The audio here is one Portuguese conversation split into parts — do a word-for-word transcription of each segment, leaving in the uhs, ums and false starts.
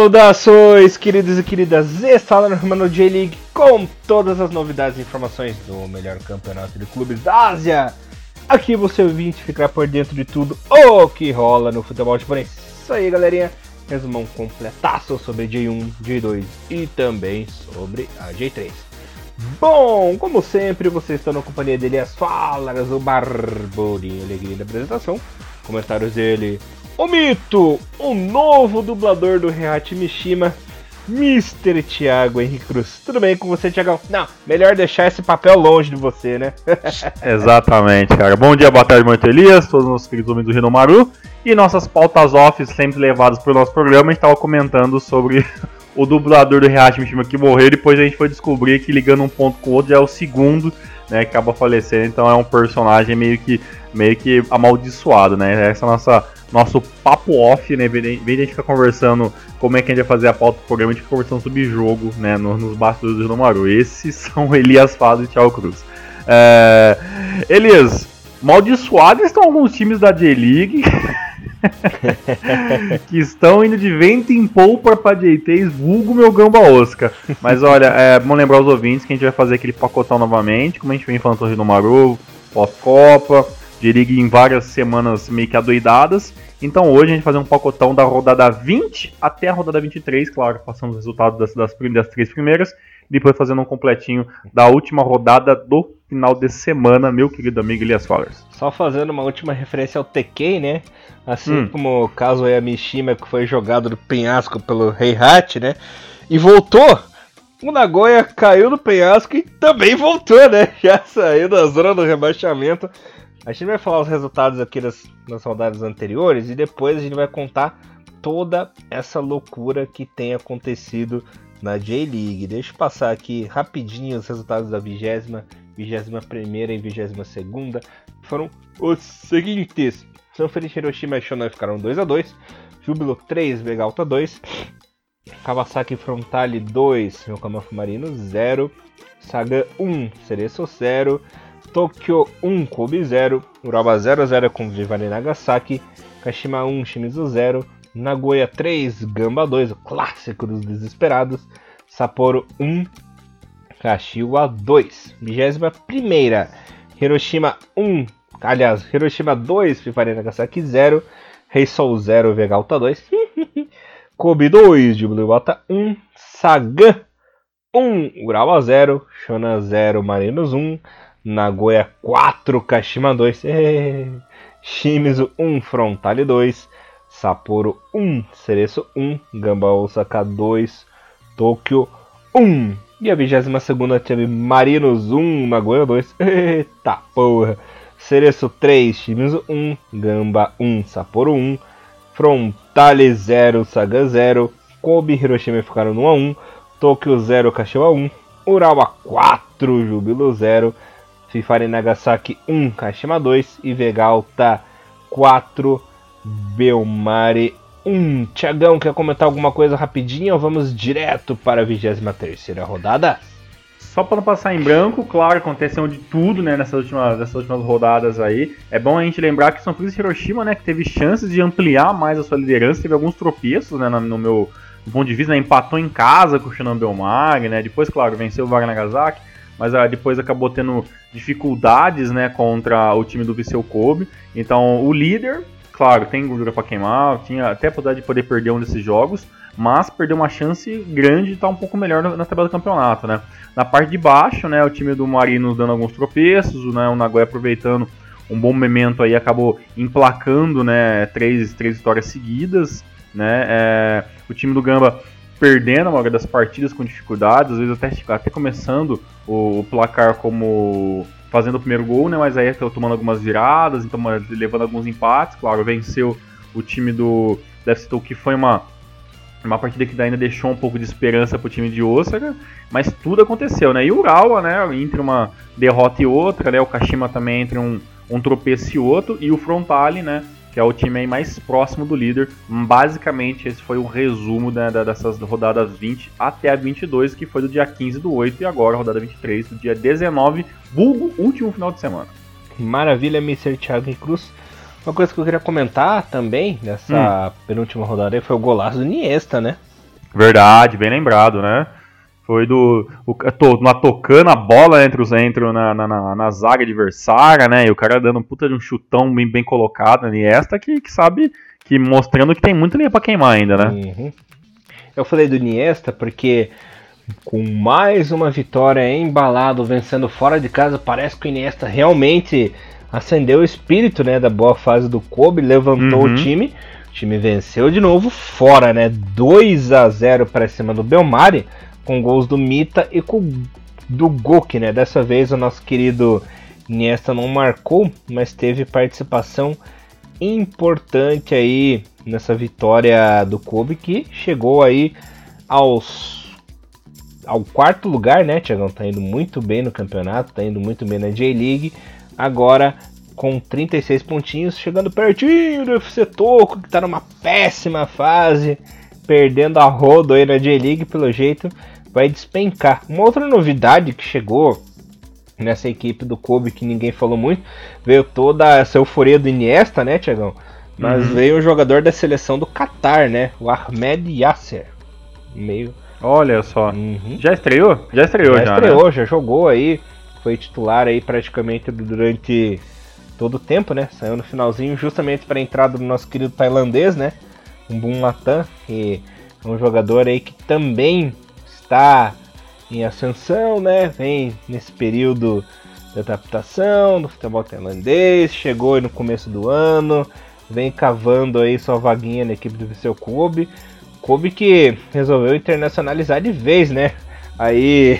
Saudações, queridos e queridas, está lá no Romano J-League com todas as novidades e informações do melhor campeonato de clubes da Ásia. Aqui você ouvinte ficar por dentro de tudo o que rola no futebol japonês. Isso aí, galerinha, resumão completaço sobre J um, J dois e também sobre a J três. Bom, como sempre, vocês estão na companhia dele, as falas, o Barborinho, alegria da apresentação, comentários dele, o mito, o novo dublador do Heihachi Mishima, mister Thiago Henrique Cruz. Tudo bem com você, Thiagão? Não, melhor deixar esse papel longe de você, né? Exatamente, cara. Bom dia, boa tarde, boa noite, Elias, todos os nossos queridos homens do Rinomaru. E nossas pautas off, sempre levadas para o nosso programa, a gente estava comentando sobre o dublador do Heihachi Mishima que morreu. Depois a gente foi descobrir que ligando um ponto com o outro já é o segundo, né, que acaba falecendo. Então é um personagem meio que, meio que amaldiçoado, né? Essa é a nossa... nosso papo off, né? Em vez de a gente ficar conversando como é que a gente vai fazer a pauta do programa, a gente fica conversando sobre jogo, né? Nos, nos bastidores do Rinomaru. Esses são Elias Fado e Thiago Cruz. É... Elias, maldiçoados estão alguns times da J-League que estão indo de vento em polpa pra J três, vulgo meu Gamba Oscar. Mas olha, é bom lembrar os ouvintes que a gente vai fazer aquele pacotão novamente, como a gente vem falando do Rinomaru, pós-Copa, J-League em várias semanas meio que adoidadas. Então hoje a gente vai fazer um pacotão da rodada vinte até a rodada vinte e três, claro, passando os resultados das, das, das três primeiras, e depois fazendo um completinho da última rodada do final de semana, meu querido amigo Elias Fallers. Só fazendo uma última referência ao T K, né? Assim hum. como o caso é a Mishima, que foi jogado do penhasco pelo Heihachi, né? E voltou. O Nagoya caiu no penhasco e também voltou, né? Já saiu da zona do rebaixamento. A gente vai falar os resultados aqui das, das rodadas anteriores e depois a gente vai contar toda essa loucura que tem acontecido na J-League. Deixa eu passar aqui rapidinho os resultados da vigésima, vigésima primeira e vigésima segunda. Foram os seguintes: São Feliz, Hiroshima e Shonan ficaram dois a dois, Júbilo três, Vegalta dois, Kawasaki Frontale dois, Yokohama Marino zero, Sagan um, Cereço zero, Tokyo um, Kobe zero, Urawa zero a zero com Vivare Nagasaki, Kashima um, Shimizu zero, Nagoya três, Gamba dois, o clássico dos desesperados, Sapporo um, Kashiwa dois. vigésima primeira, Hiroshima um, aliás, Hiroshima dois, Vivare Nagasaki zero, Heisou zero, Vegalta dois, Kobe dois, Jubiluota um, Sagan um, Urawa zero, Shonan zero, Marinos um, Nagoya quatro, Kashima dois, Shimizu um, Frontale dois, Sapporo um, Cereço um, Gamba Osaka dois, Tokyo um. E a vigésima segunda teve Marinos um, Nagoya dois, eita porra, Cereço três, Shimizu um, Gamba um, Sapporo um, Frontale zero, Saga zero, Kobe e Hiroshima ficaram no um a um, Tokyo zero, Kashiwa um, Urawa quatro, Júbilo zero, Vivare Nagasaki um, Kashima dois e Vegalta quatro, Belmare um. Thiagão, quer comentar alguma coisa rapidinho ou vamos direto para a vigésima terceira rodada? Só para não passar em branco, claro, aconteceu de tudo, né, nessas últimas, nessas últimas rodadas aí. É bom a gente lembrar que São Feliz e Hiroshima, né, que teve chances de ampliar mais a sua liderança, teve alguns tropeços, né, no meu ponto de vista, né, empatou em casa com o Shonan Bellmare, né, depois, claro, venceu o Vivare Nagasaki, mas ah, depois acabou tendo dificuldades, né, contra o time do Viseu Kobe. Então o líder, claro, tem gordura para queimar, tinha até a possibilidade de poder perder um desses jogos, mas perdeu uma chance grande de estar um pouco melhor na, na tabela do campeonato, né. Na parte de baixo, né, o time do Marinos dando alguns tropeços, né, o Nagoya aproveitando um bom momento aí, acabou emplacando, né, três, três vitórias seguidas, né, é, o time do Gamba perdendo a maioria das partidas com dificuldades, às vezes até, até começando o, o placar como fazendo o primeiro gol, né, mas aí tomando algumas viradas, então levando alguns empates, claro, venceu o time do Deathstone, que foi uma, uma partida que ainda deixou um pouco de esperança pro time de Osaka, mas tudo aconteceu, né, e o Urawa, né, entre uma derrota e outra, né, o Kashima também entre um, um tropeço e outro, e o Frontale, né, que é o time aí mais próximo do líder. Basicamente, esse foi o resumo, né, dessas rodadas vinte até a vinte e dois, que foi do dia quinze do oito, e agora a rodada vinte e três, do dia dezenove, vulgo último final de semana. Maravilha, mister Thiago Cruz. Uma coisa que eu queria comentar também, nessa hum. penúltima rodada aí, foi o golaço do Iniesta, né? Verdade, bem lembrado, né? Foi do. O, to, uma tocando a bola entre os entro na, na, na, na zaga adversária, né? E o cara dando um puta de um chutão bem, bem colocado, e esta que, que sabe, que mostrando que tem muito linha pra queimar ainda, né? Uhum. Eu falei do Iniesta porque com mais uma vitória embalado, vencendo fora de casa, parece que o Iniesta realmente acendeu o espírito, né, da boa fase do Kobe, levantou uhum. o time. O time venceu de novo fora, né? dois a zero para cima do Belmari, com gols do Mita e com do Goki, né? Dessa vez o nosso querido Iniesta não marcou, mas teve participação importante aí nessa vitória do Kobe, que chegou aí aos ao quarto lugar, né, Thiagão? Tá indo muito bem no campeonato, tá indo muito bem na J-League, agora com trinta e seis pontinhos, chegando pertinho do F C Toco, que tá numa péssima fase, perdendo a rodo aí na J-League, pelo jeito vai despencar. Uma outra novidade que chegou nessa equipe do Kobe, que ninguém falou muito, veio toda essa euforia do Iniesta, né, Thiagão? Mas uhum. veio um jogador da seleção do Catar, né, o Ahmed Yasser. Meio... Olha só, uhum. já estreou? Já estreou, já, já estreou, né? já jogou aí, foi titular aí praticamente durante todo o tempo, né? Saiu no finalzinho justamente para a entrada do nosso querido tailandês, né? Um Bum Matan, que é um jogador aí que também está em ascensão, né? Vem nesse período de adaptação do futebol tailandês, chegou aí no começo do ano, vem cavando aí sua vaguinha na equipe do Viseu Kobe. Kobe que resolveu internacionalizar de vez, né? Aí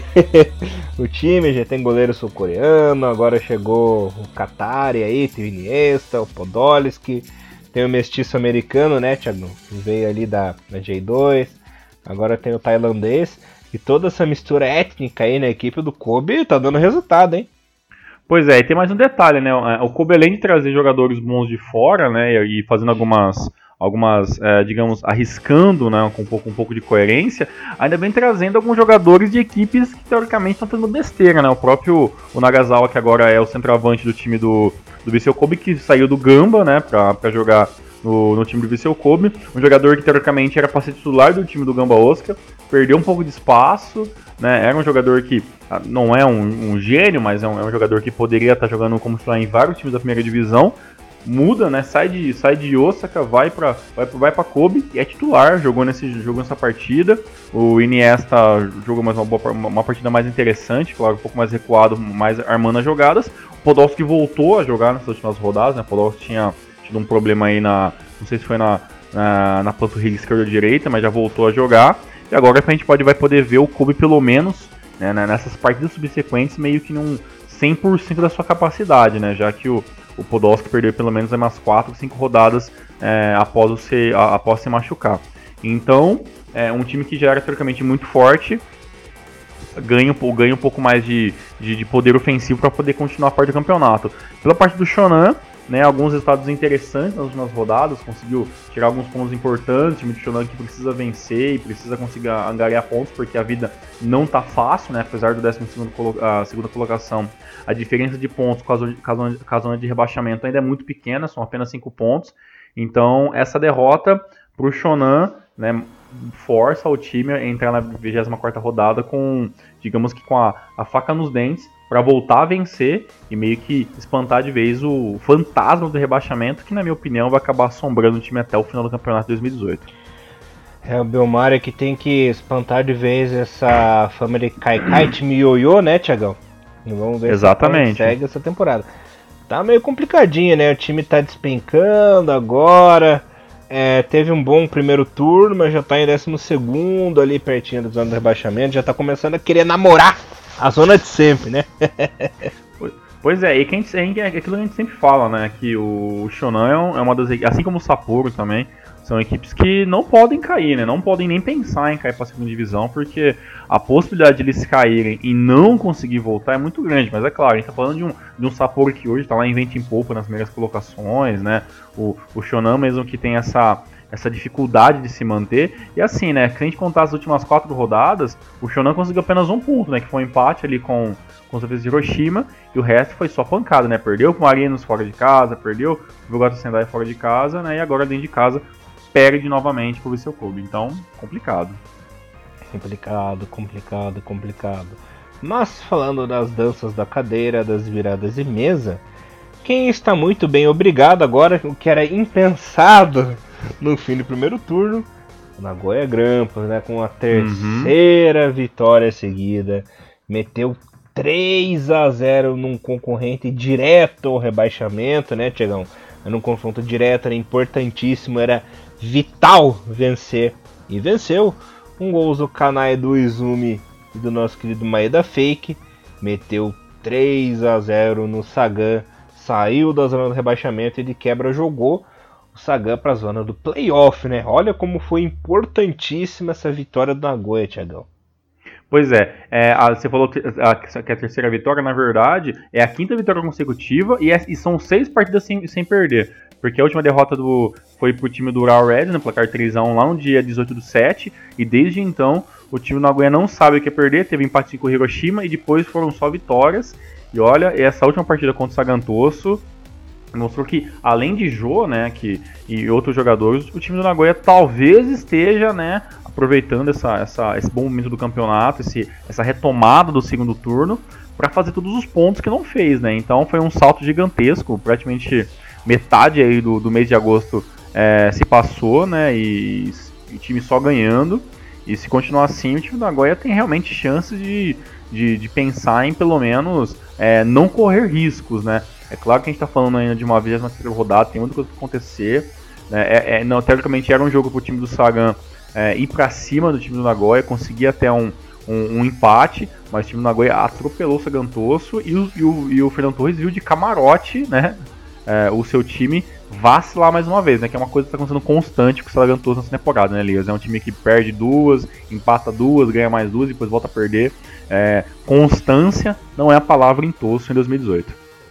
o time já tem goleiro sul-coreano, agora chegou o Qatari aí, tem o Iniesta, o Podolski, tem o mestiço americano, né, Thiago? Que veio ali da, da J dois, agora tem o tailandês, e toda essa mistura étnica aí na equipe do Kobe tá dando resultado, hein? Pois é, e tem mais um detalhe, né? O Kobe, além de trazer jogadores bons de fora, né, e fazendo algumas... algumas, é, digamos, arriscando, né, com um pouco, um pouco de coerência, ainda vem trazendo alguns jogadores de equipes que teoricamente estão fazendo besteira, né, o próprio o Nagasawa, que agora é o centroavante do time do, do Viseu Kobe, que saiu do Gamba, né, pra, pra jogar no, no time do Viseu Kobe, um jogador que teoricamente era para ser titular do time do Gamba Osaka, perdeu um pouco de espaço, né, era um jogador que não é um, um gênio, mas é um, é um jogador que poderia estar jogando como titular em vários times da primeira divisão, muda, né? Sai de, sai de Osaka, vai pra, vai, vai pra Kobe e é titular, jogou, nesse, jogou nessa partida. O Iniesta jogou mais uma, boa, uma partida mais interessante, claro, um pouco mais recuado, mais armando as jogadas. O Podolski voltou a jogar nessas últimas rodadas, né? O Podolski tinha tido um problema aí na, não sei se foi na, na, na panturrilha esquerda ou direita, mas já voltou a jogar. E agora a gente pode, vai poder ver o Kobe pelo menos, né, nessas partidas subsequentes meio que num cem por cento da sua capacidade, né? Já que o O Podolski perdeu pelo menos umas quatro, cinco rodadas é, após, se, a, após se machucar. Então, é um time que já era teoricamente muito forte, ganha, ganha um pouco mais de, de, de poder ofensivo para poder continuar a parte do campeonato. Pela parte do Shonan, né, alguns resultados interessantes nas últimas rodadas, conseguiu tirar alguns pontos importantes. O time do Shonan que precisa vencer e precisa conseguir angariar pontos, porque a vida não está fácil, né, apesar do décimo segundo colo- a segunda colocação. A diferença de pontos com a zona, com a zona de rebaixamento ainda é muito pequena, são apenas cinco pontos. Então, essa derrota para o Shonan, né, força o time a entrar na vigésima quarta rodada com, digamos que com a, a faca nos dentes, para voltar a vencer e meio que espantar de vez o fantasma do rebaixamento, que na minha opinião vai acabar assombrando o time até o final do campeonato de dois mil e dezoito. É o Belmari que tem que espantar de vez essa fama de Kaikai, time ioiô, né, Thiagão? Vamos ver Exatamente. se consegue essa temporada. Tá meio complicadinho, né? O time tá despencando agora. É, teve um bom primeiro turno, mas já tá em décimo segundo ali, pertinho da zona do rebaixamento. Já tá começando a querer namorar a zona de sempre, né? Pois é, e que a gente, é aquilo que a gente sempre fala, né? Que o Shonan é uma das equipes, assim como o Sapporo também, são equipes que não podem cair, né? Não podem nem pensar em cair para a segunda divisão, porque a possibilidade de eles caírem e não conseguir voltar é muito grande. Mas é claro, a gente tá falando de um, de um Sapporo que hoje tá lá em vento em polpa nas primeiras colocações, né? O, o Shonan mesmo que tem essa, essa dificuldade de se manter. E assim, né? Se a gente contar as últimas quatro rodadas, o Shonan conseguiu apenas um ponto, né? Que foi um empate ali com, com o Sofia de Hiroshima, e o resto foi só pancada, né? Perdeu com o Marinos fora de casa, perdeu o Bogota Sendai fora de casa, né? E agora dentro de casa perde novamente pro Viseu Kobe, então complicado. complicado, complicado, complicado. Mas falando das danças da cadeira, das viradas de mesa, quem está muito bem obrigado agora, o que era impensado no fim do primeiro turno, o Nagoya Grampus, né, com a terceira uhum. vitória seguida, meteu três a zero num concorrente direto ao rebaixamento, né, Tiagão? Num confronto direto, era importantíssimo, era vital vencer. E venceu. Um gol do Kanai, do Izumi e do nosso querido Maeda Fake. Meteu três a zero no Sagan. Saiu da zona do rebaixamento e de quebra jogou o Sagan para a zona do playoff, né? Olha como foi importantíssima essa vitória do Nagoya, Tiagão. Pois é, é a, você falou que a, que a terceira vitória, na verdade, é a quinta vitória consecutiva e, é, e são seis partidas sem, sem perder. Porque a última derrota do, foi pro time do Ural Red, no placar três a um, lá no dia dezoito do sete, e desde então o time do Nagoya não sabe o que é perder, teve empate com o Hiroshima e depois foram só vitórias. E olha, essa última partida contra o Sagantoso mostrou que, além de Jô, né, que, e outros jogadores, o time do Nagoya talvez esteja, né, aproveitando essa, essa, esse bom momento do campeonato, esse, essa retomada do segundo turno, para fazer todos os pontos que não fez, né? Então foi um salto gigantesco, praticamente metade aí do, do mês de agosto é, se passou, né? E, e o time só ganhando. E se continuar assim, o time do Nagoya tem realmente chances de, de, de pensar em pelo menos é, não correr riscos, né? É claro que a gente está falando ainda de uma vigésima terceira rodada, tem muita coisa para acontecer. Né? É, é, não, teoricamente era um jogo para o time do Sagan é, ir para cima do time do Nagoya, conseguir até um, um, um empate, mas o time do Nagoya atropelou o Sagantoso e o, e o, e o Fernando Torres viu de camarote, né, é, o seu time vacilar mais uma vez, né, que é uma coisa que está acontecendo constante com o Sagantoso nessa temporada, né, Elias? É um time que perde duas, empata duas, ganha mais duas e depois volta a perder. É, constância não é a palavra em Tosso em dois mil e dezoito.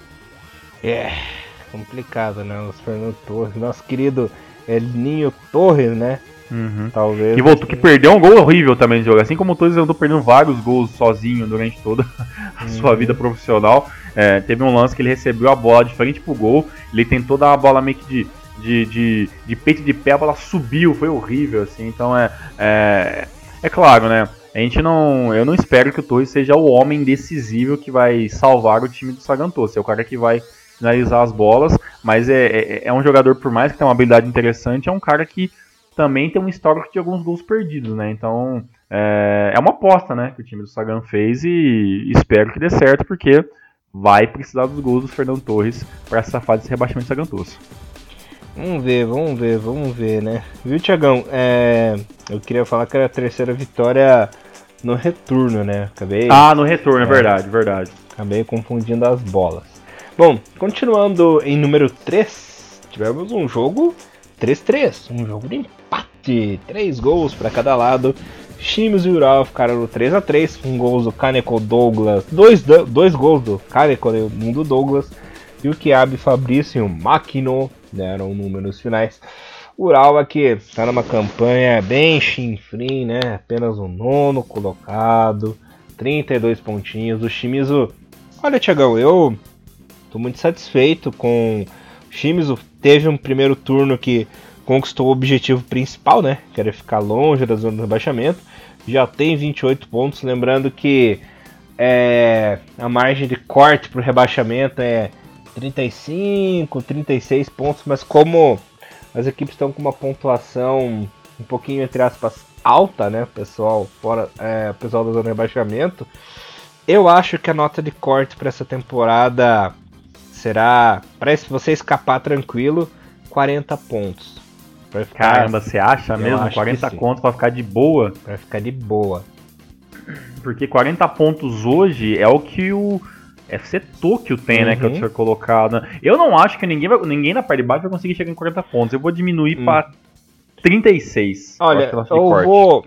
É complicado, né? Os Fernando Torres, nosso querido Elinho Torres, né? Uhum. Talvez. Que voltou, que perdeu um gol horrível também de jogo. Assim como o Torres andou perdendo vários gols sozinho durante toda a uhum. sua vida profissional. É, teve um lance que ele recebeu a bola de frente pro gol. Ele tentou dar a bola meio que de, de, de, de peito de pé, a bola subiu, foi horrível, assim. Então é. É, é claro, né? A gente não. Eu não espero que o Torres seja o homem decisivo que vai salvar o time do Sagantoso. É o cara que vai finalizar as bolas, mas é, é, é um jogador, por mais que tenha uma habilidade interessante, é um cara que também tem um histórico de alguns gols perdidos, né? Então é, é uma aposta, né, que o time do Sagan fez e espero que dê certo, porque vai precisar dos gols do Fernando Torres para essa fase de rebaixamento do Sagantoso. Vamos ver, vamos ver, vamos ver, né? Viu, Tiagão? É, eu queria falar que era a terceira vitória no retorno, né? Acabei. Ah, no retorno, é, é verdade, verdade. Acabei confundindo as bolas. Bom, continuando em número três, tivemos um jogo três a três, um jogo de empate, três gols para cada lado. Shimizu e Ural ficaram no três a três, um gol do Kaneko Douglas, dois, dois gols do Kaneko e um do Douglas, e o Kiabe Fabrício e o Makino deram números finais. O Ural aqui está numa campanha bem chinfrim, né? Apenas o nono colocado, trinta e dois pontinhos. O Shimizu, olha, Tiagão, eu tô muito satisfeito com o Shimizu. Teve um primeiro turno que conquistou o objetivo principal, né? Que era ficar longe da zona do rebaixamento. Já tem vinte e oito pontos. Lembrando que é, a margem de corte para o rebaixamento é trinta e cinco, trinta e seis pontos. Mas como as equipes estão com uma pontuação um pouquinho, entre aspas, alta, né? Pessoal, fora, é, pessoal da zona de rebaixamento, eu acho que a nota de corte para essa temporada será, para você escapar tranquilo, quarenta pontos. Pra ficar, caramba, você acha mesmo? quarenta contos pra ficar de boa? Pra ficar de boa. Porque quarenta pontos hoje é o que o F C Tokyo tem, uhum. né? Que é o terceiro colocado. Eu não acho que ninguém, vai, ninguém na parte de baixo vai conseguir chegar em quarenta pontos. Eu vou diminuir hum. pra trinta e seis. Olha, eu, eu vou...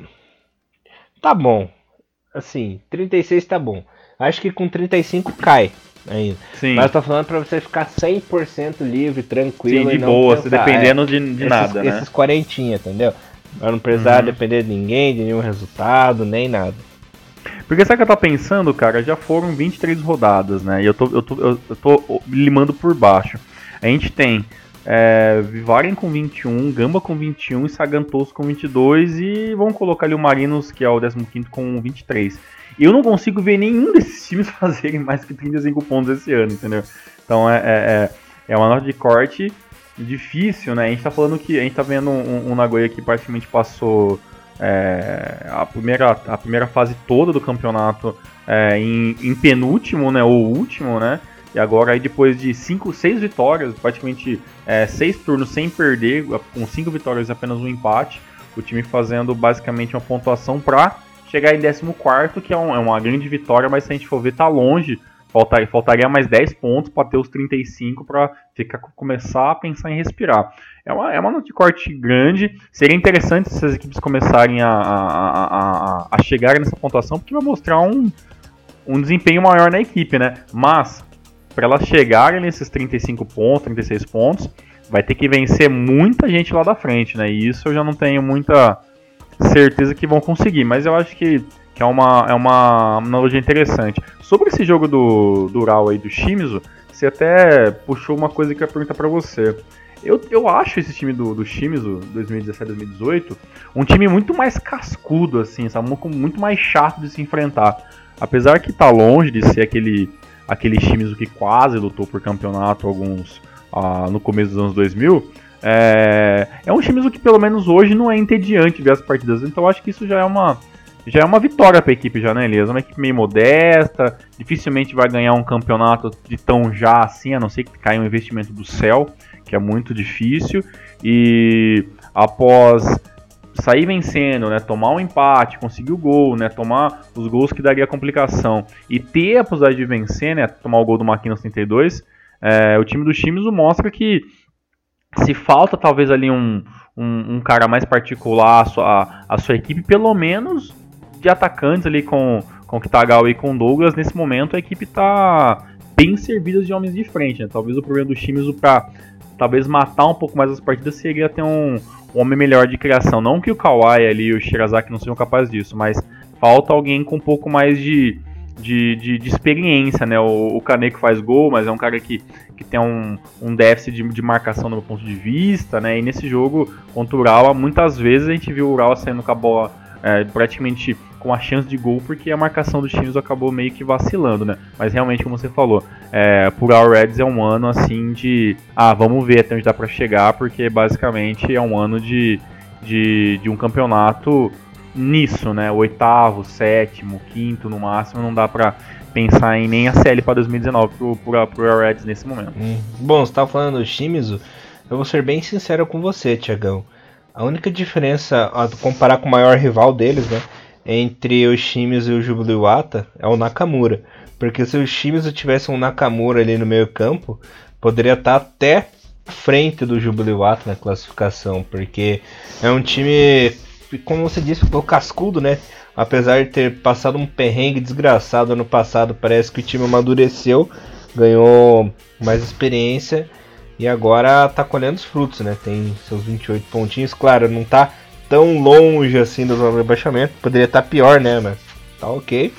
Tá bom. Assim, trinta e seis tá bom. Acho que com trinta e cinco cai ainda. Sim. Mas eu tô falando pra você ficar cem por cento livre, tranquilo. Sim, de e não boa, pensar, dependendo é, de, de esses, nada, né? Esses quarentinha, entendeu? Pra não precisar uhum. depender de ninguém, de nenhum resultado, nem nada. Porque sabe o que eu tô pensando, cara? Já foram vinte e três rodadas, né? E eu tô, eu tô, eu tô limando por baixo. A gente tem é, Vivaren com vinte e um, Gamba com vinte e um e Sagantoso com vinte e dois, e vamos colocar ali o Marinos, que é o décimo quinto, com vinte e três. Eu não consigo ver nenhum desses times fazerem mais que trinta e cinco pontos esse ano, entendeu? Então é, é, é uma nota de corte difícil, né? A gente tá falando que a gente tá vendo um, um Nagoya que praticamente passou é, a, primeira, a primeira fase toda do campeonato é, em, em penúltimo, né? Ou último, né? E agora aí depois de cinco, seis vitórias, praticamente é, seis turnos sem perder, com cinco vitórias e apenas um empate, o time fazendo basicamente uma pontuação para chegar em décimo quarto, que é, um, é uma grande vitória, mas se a gente for ver, tá longe. Faltaria, faltaria mais dez pontos para ter os trinta e cinco para começar a pensar em respirar. É uma, é uma nota de corte grande. Seria interessante se as equipes começarem a, a, a, a chegar nessa pontuação, porque vai mostrar um, um desempenho maior na equipe, né? Mas, para elas chegarem nesses trinta e cinco pontos, trinta e seis pontos, vai ter que vencer muita gente lá da frente, né? E isso eu já não tenho muita certeza que vão conseguir, mas eu acho que, que é, uma, é uma analogia interessante. Sobre esse jogo do, do Ural aí do Shimizu, você até puxou uma coisa que eu ia perguntar pra você. Eu, eu acho esse time do, do Shimizu, dois mil e dezessete, dois mil e dezoito, um time muito mais cascudo, assim, sabe? Muito mais chato de se enfrentar. Apesar que tá longe de ser aquele, aquele Shimizu que quase lutou por campeonato alguns ah, no começo dos anos dois mil, É, é um Shimizu que pelo menos hoje não é entediante ver as partidas, então eu acho que isso já é uma, já é uma vitória para a equipe já, né, Elias? É uma equipe meio modesta, dificilmente vai ganhar um campeonato de tão já assim, a não ser que caia um investimento do céu, que é muito difícil, e após sair vencendo, né, tomar um empate, conseguir o gol, né, tomar os gols que daria complicação, e ter a possibilidade de vencer, né, tomar o gol do Maquinos trinta e dois, é, o time do Shimizu mostra que se falta talvez ali um, um, um cara mais particular, a sua, a sua equipe, pelo menos de atacantes ali com, com Kitagawa e com Douglas, nesse momento a equipe está bem servida de homens de frente, né? Talvez o problema do Shimizu para talvez matar um pouco mais as partidas seria ter um, um homem melhor de criação. Não que o Kawai ali e o Shirazaki não sejam capazes disso, mas falta alguém com um pouco mais de, de, de, de experiência, né? O, o Kaneko faz gol, mas é um cara que, que tem um, um déficit de, de marcação do meu ponto de vista, né? E nesse jogo contra o Urawa, muitas vezes a gente viu o Urawa saindo com a bola é, praticamente com a chance de gol, porque a marcação dos times acabou meio que vacilando, né? Mas realmente, como você falou, é, por Our Reds é um ano assim de ah, vamos ver até onde dá pra chegar, porque basicamente é um ano de, de, de um campeonato nisso, né? Oitavo, sétimo, quinto no máximo, não dá pra pensar em nem a C L para dois mil e dezenove pro, pro, pro Our Reds nesse momento. Hum. Bom, você tava falando do Shimizu, eu vou ser bem sincero com você, Thiagão. A única diferença, a comparar com o maior rival deles, né, entre o Shimizu e o Jubilee é o Nakamura. Porque se o Shimizu tivesse um Nakamura ali no meio campo, poderia estar até frente do Jubilee na classificação. Porque é um time, como você disse, ficou cascudo, né? Apesar de ter passado um perrengue desgraçado ano passado, parece que o time amadureceu, ganhou mais experiência e agora tá colhendo os frutos, né? Tem seus vinte e oito pontinhos, claro, não tá tão longe assim do rebaixamento, poderia estar pior, né? Mas tá ok.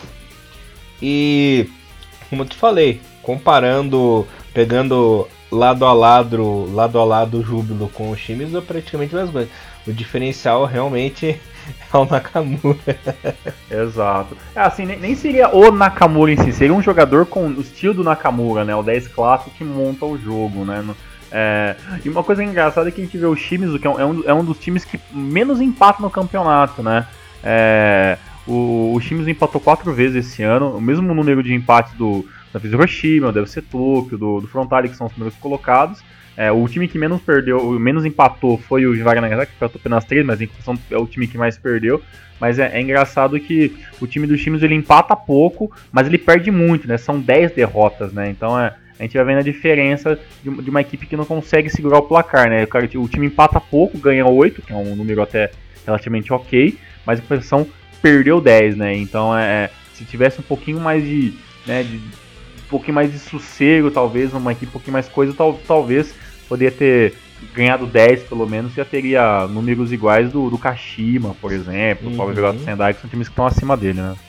E como eu te falei, comparando, pegando lado a lado, lado a lado o Júbilo com o Shimizu, é praticamente as coisas. O diferencial realmente é o Nakamura. Exato. É, assim, nem, nem seria o Nakamura em si, seria um jogador com o estilo do Nakamura, né? O dez clássico que monta o jogo, né? É, e uma coisa engraçada é que a gente vê o Shimizu, que é um, é um dos times que menos empata no campeonato, né? É, o, o Shimizu empatou quatro vezes esse ano, o mesmo número de empates do da Hiroshima, deve ser Tokyo, do, do Frontale, que são os primeiros colocados. É, o time que menos perdeu, menos empatou foi o Jivara Nagasaki, que empatou apenas três, mas é o time que mais perdeu. Mas é, é engraçado que o time do Shimizu ele empata pouco, mas ele perde muito, né? São dez derrotas, né? Então é, a gente vai vendo a diferença de, de uma equipe que não consegue segurar o placar, né? O, o time empata pouco, ganha oito, que é um número até relativamente ok, mas a posição perdeu dez, né? Então é, se tivesse um pouquinho mais de, né, de um pouquinho mais de sossego, talvez, uma equipe um pouquinho mais coisa, tal, talvez poderia ter ganhado dez pelo menos, já teria números iguais do, do Kashima, por exemplo, uhum. O Power Sendai, que são times que estão acima dele, né?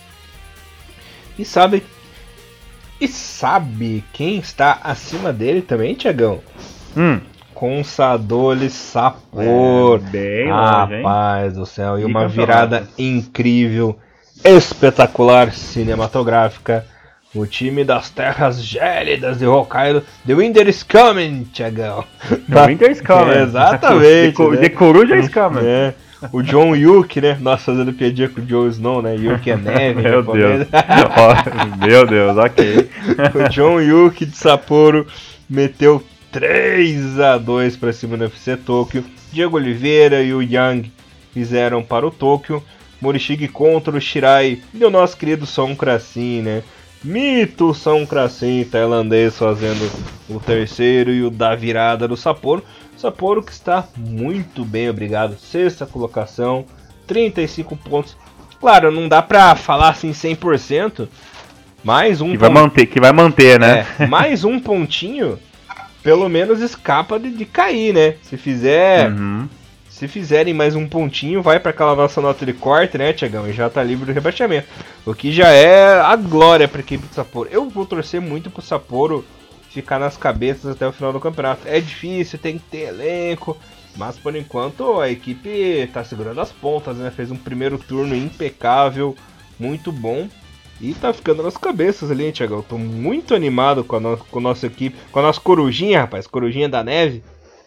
E sabe E sabe quem está acima dele também, Thiagão? Hum. Consadole Sapporo. É, bem longe, hein? Rapaz do céu, e, E uma campeonato. virada incrível, espetacular, cinematográfica. O time das terras gélidas de Hokkaido, The Winter is coming, Thiagão. The Winter is coming. É, exatamente. The, né? The Coruja is coming. É. O John Yuki, né? Nossa, fazendo piadinha com o Joe Snow, né? Yuki é neve. Meu Deus. Oh, meu Deus, ok. O John Yuki de Sapporo meteu três a dois para cima do U F C Tóquio. Diego Oliveira e o Yang fizeram para o Tóquio. Morishige contra o Shirai e o nosso querido Son Krasin, né? Mito Son Krasin, tailandês, fazendo o terceiro e o da virada do Sapporo. Sapporo que está muito bem, obrigado. Sexta colocação, trinta e cinco pontos. Claro, não dá pra falar assim cem por cento. Mais um que vai manter, que vai manter, né? É, mais um pontinho, pelo menos escapa de, de cair, né? Se fizer, Uhum. se fizerem mais um pontinho, vai pra aquela nossa nota de corte, né, Thiagão? E já tá livre do rebaixamento. O que já é a glória pra equipe do Sapporo. Eu vou torcer muito pro Sapporo ficar nas cabeças até o final do campeonato. É difícil, tem que ter elenco, mas por enquanto a equipe tá segurando as pontas, né? Fez um primeiro turno impecável, muito bom, e tá ficando nas cabeças ali, hein, Thiagão? Tô muito animado com a, no- com a nossa equipe, com a nossa corujinha, rapaz, corujinha da neve.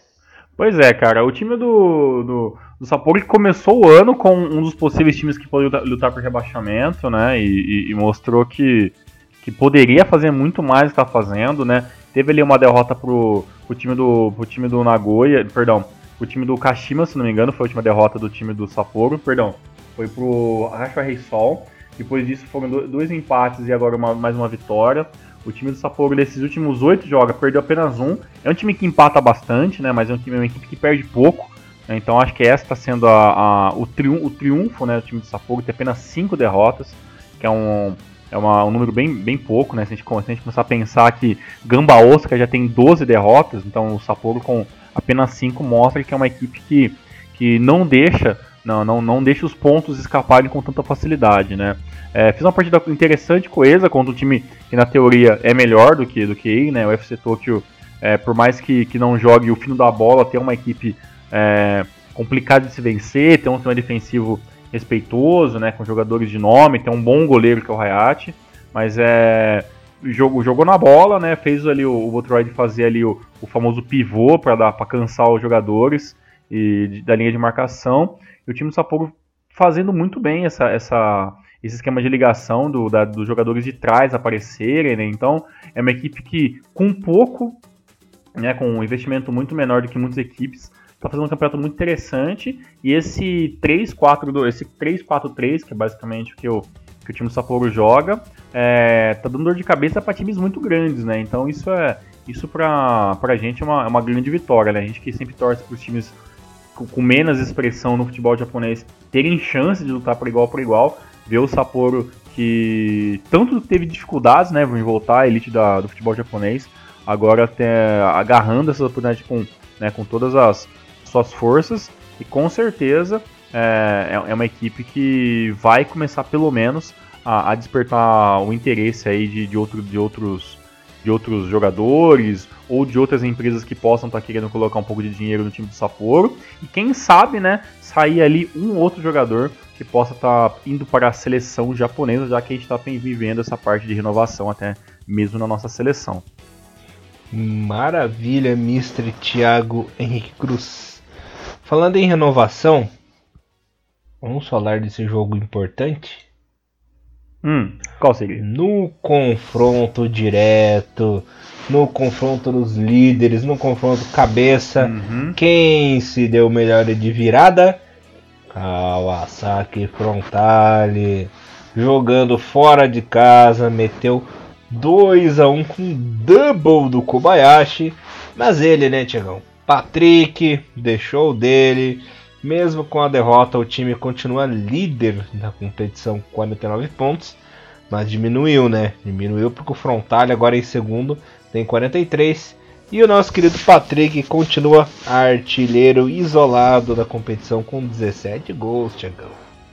Pois é, cara, o time do, do, do Sapporo que começou o ano com um dos possíveis times que pode lutar, lutar por rebaixamento, né? E, e- e mostrou que, que poderia fazer muito mais do que tá fazendo, né? Teve ali uma derrota pro, pro, time, do, pro time do Nagoya, perdão, pro time do Kashima, se não me engano, foi a última derrota do time do Sapporo, perdão, foi pro Arashua Reysol. Depois disso foram do- dois empates e agora uma- mais uma vitória. O time do Sapporo, desses últimos oito jogos, perdeu apenas um. É um time que empata bastante, né? Mas é um time, uma equipe que perde pouco. Né? Então acho que essa está sendo a, a- o, triun, o triunfo, né, do time do Sapporo, ter apenas cinco derrotas, que é um, é uma- um número bem, bem pouco, né? Se a, gente, se a gente começar a pensar que Gamba Osaka já tem doze derrotas, então o Sapporo com apenas cinco mostra que é uma equipe que, que não deixa. Não, não, não deixa os pontos escaparem com tanta facilidade, né? É, fiz uma partida interessante, coesa, contra um time que na teoria é melhor do que do que ele, né? O U F C Tóquio, é, por mais que, que não jogue o fino da bola, tem uma equipe é, complicada de se vencer, tem um sistema defensivo respeitoso, né? Com jogadores de nome, tem um bom goleiro que é o Hayate, mas é jogou, jogou na bola, né? Fez ali o, o Botroid fazer ali o, o famoso pivô para dar para cansar os jogadores e de, da linha de marcação. E o time do Sapporo fazendo muito bem essa, essa, esse esquema de ligação do, da, dos jogadores de trás aparecerem, né? Então é uma equipe que com pouco, né, com um investimento muito menor do que muitas equipes, está fazendo um campeonato muito interessante. E esse três quatro dois, esse três quatro três, que é basicamente o que o, que o time do Sapporo joga, é, tá dando dor de cabeça para times muito grandes, né? Então isso é isso pra, pra gente é uma, é uma grande vitória, né? A gente que sempre torce para os times com menos expressão no futebol japonês terem chance de lutar por igual por igual, ver o Sapporo que tanto teve dificuldades, né, em voltar à elite da, do futebol japonês, agora até agarrando essas oportunidades com, né, com todas as suas forças, e com certeza é, é uma equipe que vai começar pelo menos a, a despertar o interesse aí de, de, outro, de outros de outros jogadores ou de outras empresas que possam estar querendo colocar um pouco de dinheiro no time do Sapporo, e quem sabe, né, sair ali um outro jogador que possa estar indo para a seleção japonesa, já que a gente está vivendo essa parte de renovação até mesmo na nossa seleção. Maravilha, mister Thiago Henrique Cruz. Falando em renovação, vamos falar desse jogo importante? Hum, qual seria? No confronto direto, no confronto dos líderes, no confronto cabeça, Uhum. quem se deu melhor de virada? Kawasaki Frontale, jogando fora de casa, meteu dois a um com double do Kobayashi, mas ele, né, Tiagão? Patrick deixou o dele. Mesmo com a derrota, o time continua líder da competição com quarenta e nove pontos, mas diminuiu, né? Diminuiu porque o Frontale agora em segundo tem quarenta e três, e o nosso querido Patrick continua artilheiro isolado da competição com dezessete gols, Thiagão.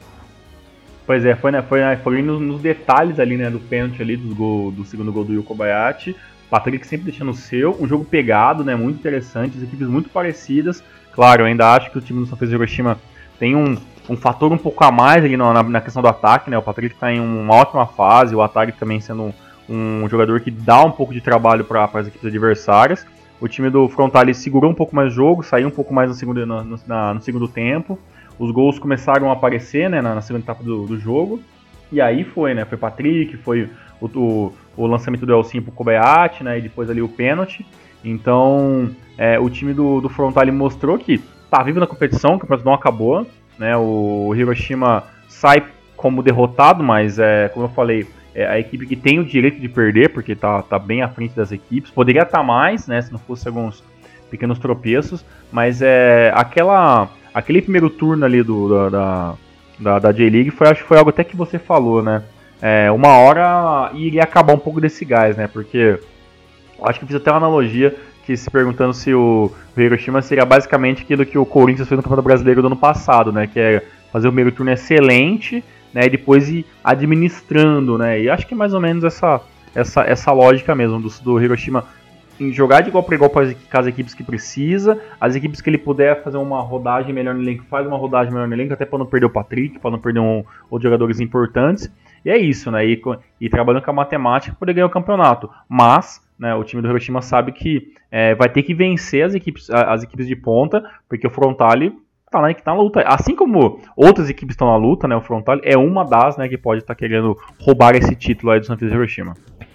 Pois é, foi, né, foi, foi nos, nos detalhes ali, né, do pênalti ali do, gol, do segundo gol do Yu Kobayashi. Patrick sempre deixando o seu, um jogo pegado, né, muito interessante, as equipes muito parecidas. Claro, eu ainda acho que o time do Sanfrecce Hiroshima tem um, um fator um pouco a mais ali na, na questão do ataque, né, o Patrick está em uma ótima fase, o Atari também sendo um, um jogador que dá um pouco de trabalho para as equipes adversárias. O time do Frontale segurou um pouco mais o jogo, saiu um pouco mais no segundo, no, no, na, no segundo tempo. Os gols começaram a aparecer, né, na, na segunda etapa do, do jogo. E aí foi, né? Foi Patrick, foi o, o, o lançamento do Elcinho pro Kobayati, né? E depois ali o pênalti. Então, é, o time do, do Frontale mostrou que tá vivo na competição, que o campeonato não acabou, né? O Hiroshima sai como derrotado, mas, é, como eu falei, é a equipe que tem o direito de perder, porque tá, tá bem à frente das equipes. Poderia estar mais, né? Se não fosse alguns pequenos tropeços, mas é aquela... Aquele primeiro turno ali do, da, da, da, da J-League foi, acho que foi algo até que você falou, né? É, uma hora iria acabar um pouco desse gás, né? Porque eu acho que eu fiz até uma analogia que se perguntando se o, o Hiroshima seria basicamente aquilo que o Corinthians fez no Campeonato Brasileiro do ano passado, né? Que é fazer o primeiro turno excelente, né? E depois ir administrando, né? E acho que é mais ou menos essa, essa, essa lógica mesmo do, do Hiroshima. Em jogar de igual para igual com as equipes que precisa, as equipes que ele puder fazer uma rodagem melhor no elenco, faz uma rodagem melhor no elenco, até para não perder o Patrick, para não perder um, outros jogadores importantes. E é isso, né? E, e trabalhando com a matemática para poder ganhar o campeonato. Mas, né, o time do Hiroshima sabe que é, vai ter que vencer as equipes, as equipes de ponta, porque o Frontale tá, né, que tá na luta. Assim como outras equipes estão na luta, né? O Frontale é uma das, né, que pode estar tá querendo roubar esse título aí do Sanfrecce Hiroshima.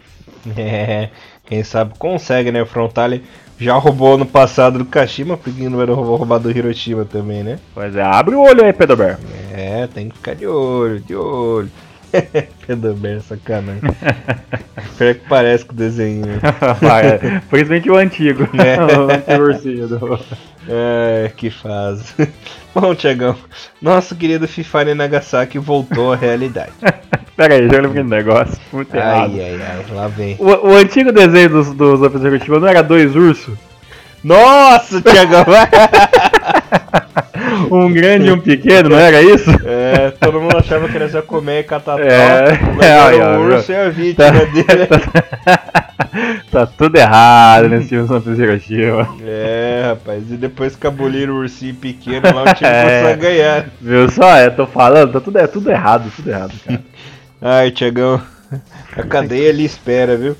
É, quem sabe consegue, né? O Frontale já roubou no passado do Kashima, porque não era roubar do Hiroshima também, né? Pois é, abre o olho aí, Pedober. É, tem que ficar de olho, de olho. Pedober, sacanagem. Pior que parece com o desenho. É, principalmente o antigo. É. O ursinho do... É, que fase. Bom, Thiagão, nosso querido FIFA Nagasaki voltou à realidade. Pera aí, já lembrei do negócio. Muito errado. Ai, ai, ai, lá vem. O, o antigo desenho dos, dos Sanfrecce Hiroshima não era dois ursos? Nossa, Thiagão! Um grande e um pequeno, não era isso? É, todo mundo achava que eles iam comer e catar é, mas era é, o urso e a vítima tá, dele. Tá, tá tudo errado nesse time do Sanfrecce Hiroshima. É, rapaz, e depois que aboliram o ursinho pequeno, lá o time é, começou a ganhar. Viu só? Eu tô falando, tá tudo, é tudo errado, tudo errado, cara. Ai, Thiagão, a cadeia ali espera, viu?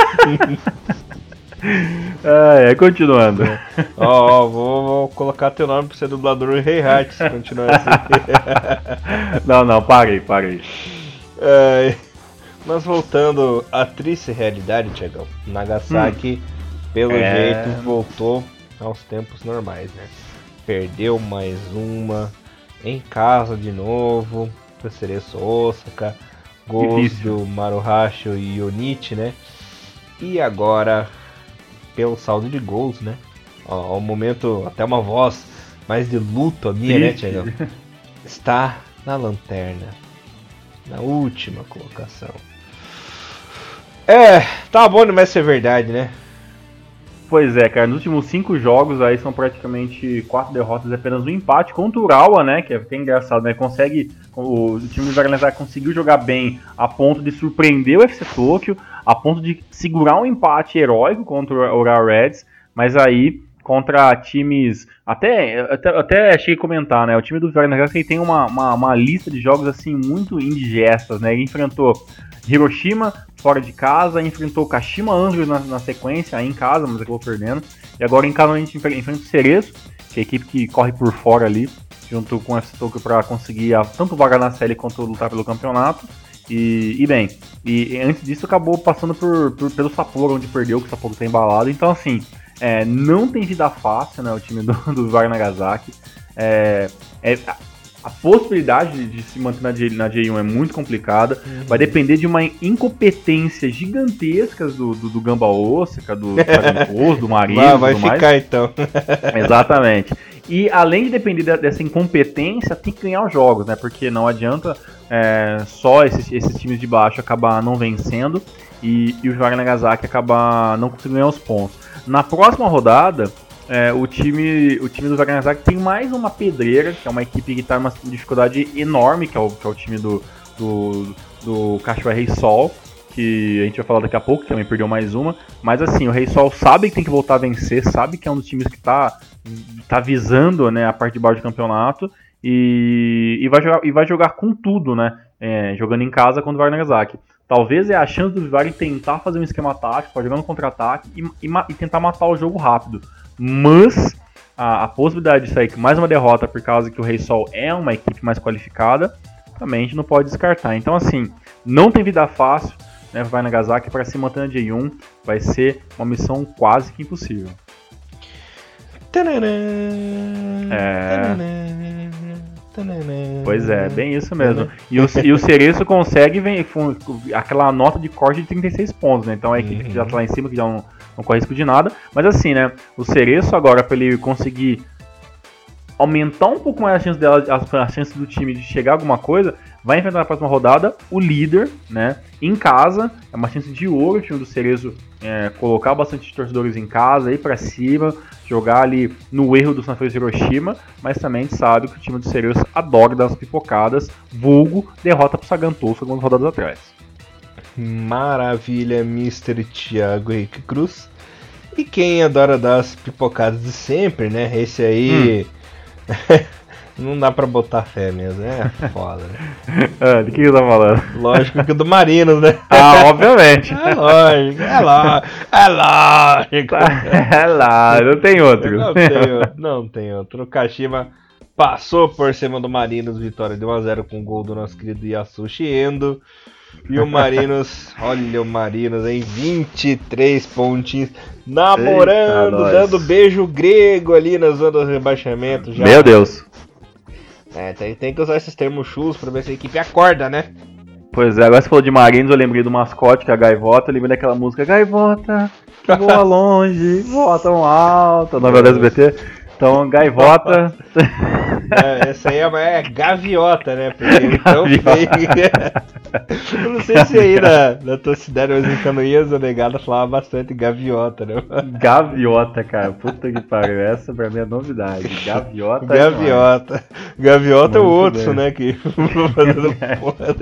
É, é, continuando. Ó, ó, vou, vou colocar teu nome pra ser dublador do Rei Hat, se continuar assim. Não, não, parei, parei. É, mas voltando à triste realidade, Thiagão, Nagasaki, hum. pelo é... jeito, voltou aos tempos normais, né? Perdeu mais uma, em casa de novo, pro Cereço Osaka, gols Difícil. do Maruhashi e Yonichi, né? E agora... pelo saldo de gols, né? Ó, ao momento, até uma voz mais de luto a minha, né, Thiago? Está na lanterna. Na última colocação. É, tá bom demais ser verdade, né? Pois é, cara, nos últimos cinco jogos aí são praticamente quatro derrotas e apenas um empate contra o Urawa, né? Que é bem engraçado, né? Consegue, o, o time do Nagasaki conseguiu jogar bem a ponto de surpreender o F C Tokyo, a ponto de segurar um empate heróico contra o Urawa Reds, mas aí contra times, até, até, até cheguei a comentar, né? O time do Nagasaki tem uma, uma, uma lista de jogos assim muito indigestas, né? Ele enfrentou Hiroshima fora de casa, enfrentou Kashima Antlers na, na sequência, aí em casa, mas acabou perdendo. E agora em casa a gente enfrenta o Cereço, que é a equipe que corre por fora ali, junto com o F C Tokyo para conseguir a, tanto vagar na série quanto lutar pelo campeonato. E, e bem, e, e antes disso acabou passando por, por, pelo Sapporo, onde perdeu, que o Sapporo tá embalado. Então assim, é, não tem vida fácil, né, o time do, do Vara Nagasaki. É, é, a possibilidade de, de se manter na, J, na J um é muito complicada. Uhum. Vai depender de uma incompetência gigantesca do, do, do Gamba Osaka, do Sagantoso, do Marinho e tudo vai mais. Ficar então. Exatamente. E além de depender de, dessa incompetência, tem que ganhar os jogos, né? Porque não adianta é, só esses, esses times de baixo acabar não vencendo e, e o Vara Nagasaki acabar não conseguindo ganhar os pontos. Na próxima rodada, É, o, time, o time do Vara Nagasaki tem mais uma pedreira, que é uma equipe que está numa dificuldade enorme, que é o, que é o time do, do, do Kashiwa Reysol. que a gente vai falar daqui a pouco, que também perdeu mais uma. Mas assim, o Rei Sol sabe que tem que voltar a vencer, sabe que é um dos times que tá, tá visando, né, a parte de baixo do campeonato. E, e, vai jogar, e vai jogar com tudo, né? É, jogando em casa contra o Vitória Nagasaki. Talvez é a chance do Vitória tentar fazer um esquema tático, jogar no contra-ataque e, e, e tentar matar o jogo rápido. Mas a, a possibilidade de sair com mais uma derrota por causa que o Rei Sol é uma equipe mais qualificada, também a gente não pode descartar. Então assim, não tem vida fácil, né? Vai Nagasaki para se manter na J um, vai ser uma missão quase que impossível. É... Pois é, bem isso mesmo. E o, e o Cereço consegue vem, aquela nota de corte de trinta e seis pontos, né? Então a equipe que já tá lá em cima, que já não, não corre risco de nada. Mas assim, né? O Cereço agora, para ele conseguir aumentar um pouco mais a chance dela, a chance do time de chegar a alguma coisa, vai enfrentar na próxima rodada o líder, né? Em casa, é uma chance de ouro o time do Cerezo é, colocar bastante torcedores em casa, ir pra cima, jogar ali no erro do Sanfrecce Hiroshima, mas também a gente sabe que o time do Cerezo adora dar as pipocadas, vulgo derrota pro Sagantoso algumas rodadas atrás. Maravilha, mister Thiago Henrique Cruz. E quem adora dar as pipocadas de sempre, né? Esse aí... Hum. Não dá pra botar fé mesmo, é foda, né? Ah, de que você tá falando? Lógico que do Marinos, né? Ah, obviamente. É lógico, é lógico, é lógico. É lá, não tem outro. Não tem outro, não tem outro. O Kashima passou por cima do Marinos, vitória de um a zero com o gol do nosso querido Yasushi Endo. E o Marinos, olha o Marinos em vinte e três pontinhos, namorando, eita, dando beijo grego ali na zona do rebaixamento. Já. Meu Deus. É, tem, tem que usar esses termos chus pra ver se a equipe acorda, né? Pois é, agora você falou de Marinos, eu lembrei do mascote, que é a Gaivota, eu lembrei daquela música Gaivota, voa longe, voa tão alto, novela do S B T. Então, Gaivota... É, essa aí é, é gaviota, né? Porque ele tão feio. Eu não sei se aí na, na tua cidade, mas em Canoinhas, a negada falava bastante gaviota, né? Gaviota, cara. Puta que pariu. Essa pra mim é novidade. Gaviota. Gaviota. É gaviota é o outro, né? Que fazendo é. porra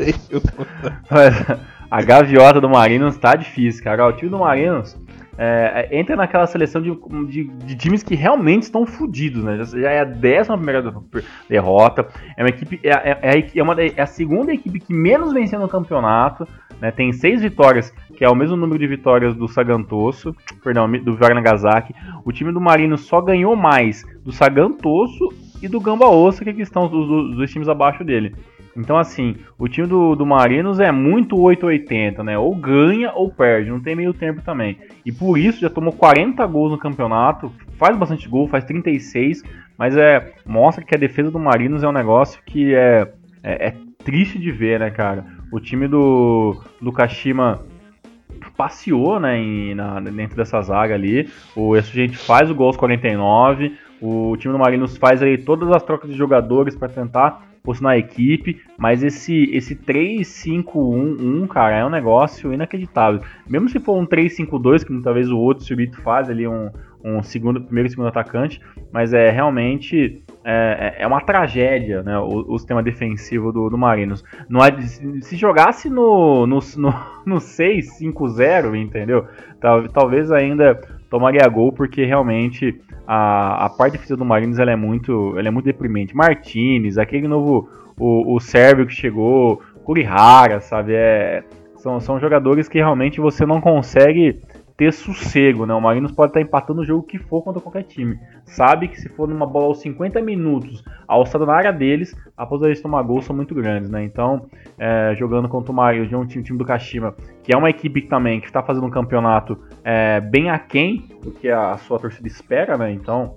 Mas a gaviota do Marinos tá difícil, cara. O time do Marinos é, entra naquela seleção de, de, de times que realmente estão fodidos, né? Já é a décima primeira derrota. É uma equipe. É, é, é, uma, é a segunda equipe que menos venceu no campeonato. Né? Tem seis vitórias, que é o mesmo número de vitórias do Sagantoso, perdão, do Vitória Nagasaki. O time do Marinos só ganhou mais do Sagantoso e do Gamba Osaka, que estão os dois times abaixo dele. Então, assim, o time do, do Marinos é muito oito oitenta, né? Ou ganha ou perde, não tem meio tempo também. E por isso já tomou quarenta gols no campeonato, faz bastante gol, faz trinta e seis, mas é, mostra que a defesa do Marinos é um negócio que é, é, é triste de ver, né, cara? O time do, do Kashima passeou, né, em, na, dentro dessa zaga ali. O Estudiante faz o gol aos quarenta e nove, o time do Marinos faz aí todas as trocas de jogadores para tentar posicionar a equipe, mas esse, esse três cinco um um, cara, é um negócio inacreditável. Mesmo se for um três cinco dois, que talvez o outro Subito faz ali um, um segundo, primeiro e segundo atacante, mas é realmente é, é uma tragédia, né, o, o sistema defensivo do, do Marinos. Não há, se jogasse no, no, no, no seis cinco zero, entendeu? Tal, talvez ainda tomaria gol, porque realmente a, a parte defensiva do Marinos ela é, muito, ela é muito deprimente. Martinez, aquele novo, o, o sérvio que chegou, Kurihara, sabe? É, são, são jogadores que realmente você não consegue ter sossego, né? O Marinos pode estar empatando o jogo que for contra qualquer time. Sabe que se for numa bola aos cinquenta minutos, alçada na área deles, a possibilidade de tomar gol são muito grandes, né? Então, é, jogando contra o Marinos, um time, time do Kashima, que é uma equipe também que está fazendo um campeonato é, bem aquém do que a sua torcida espera, né? Então,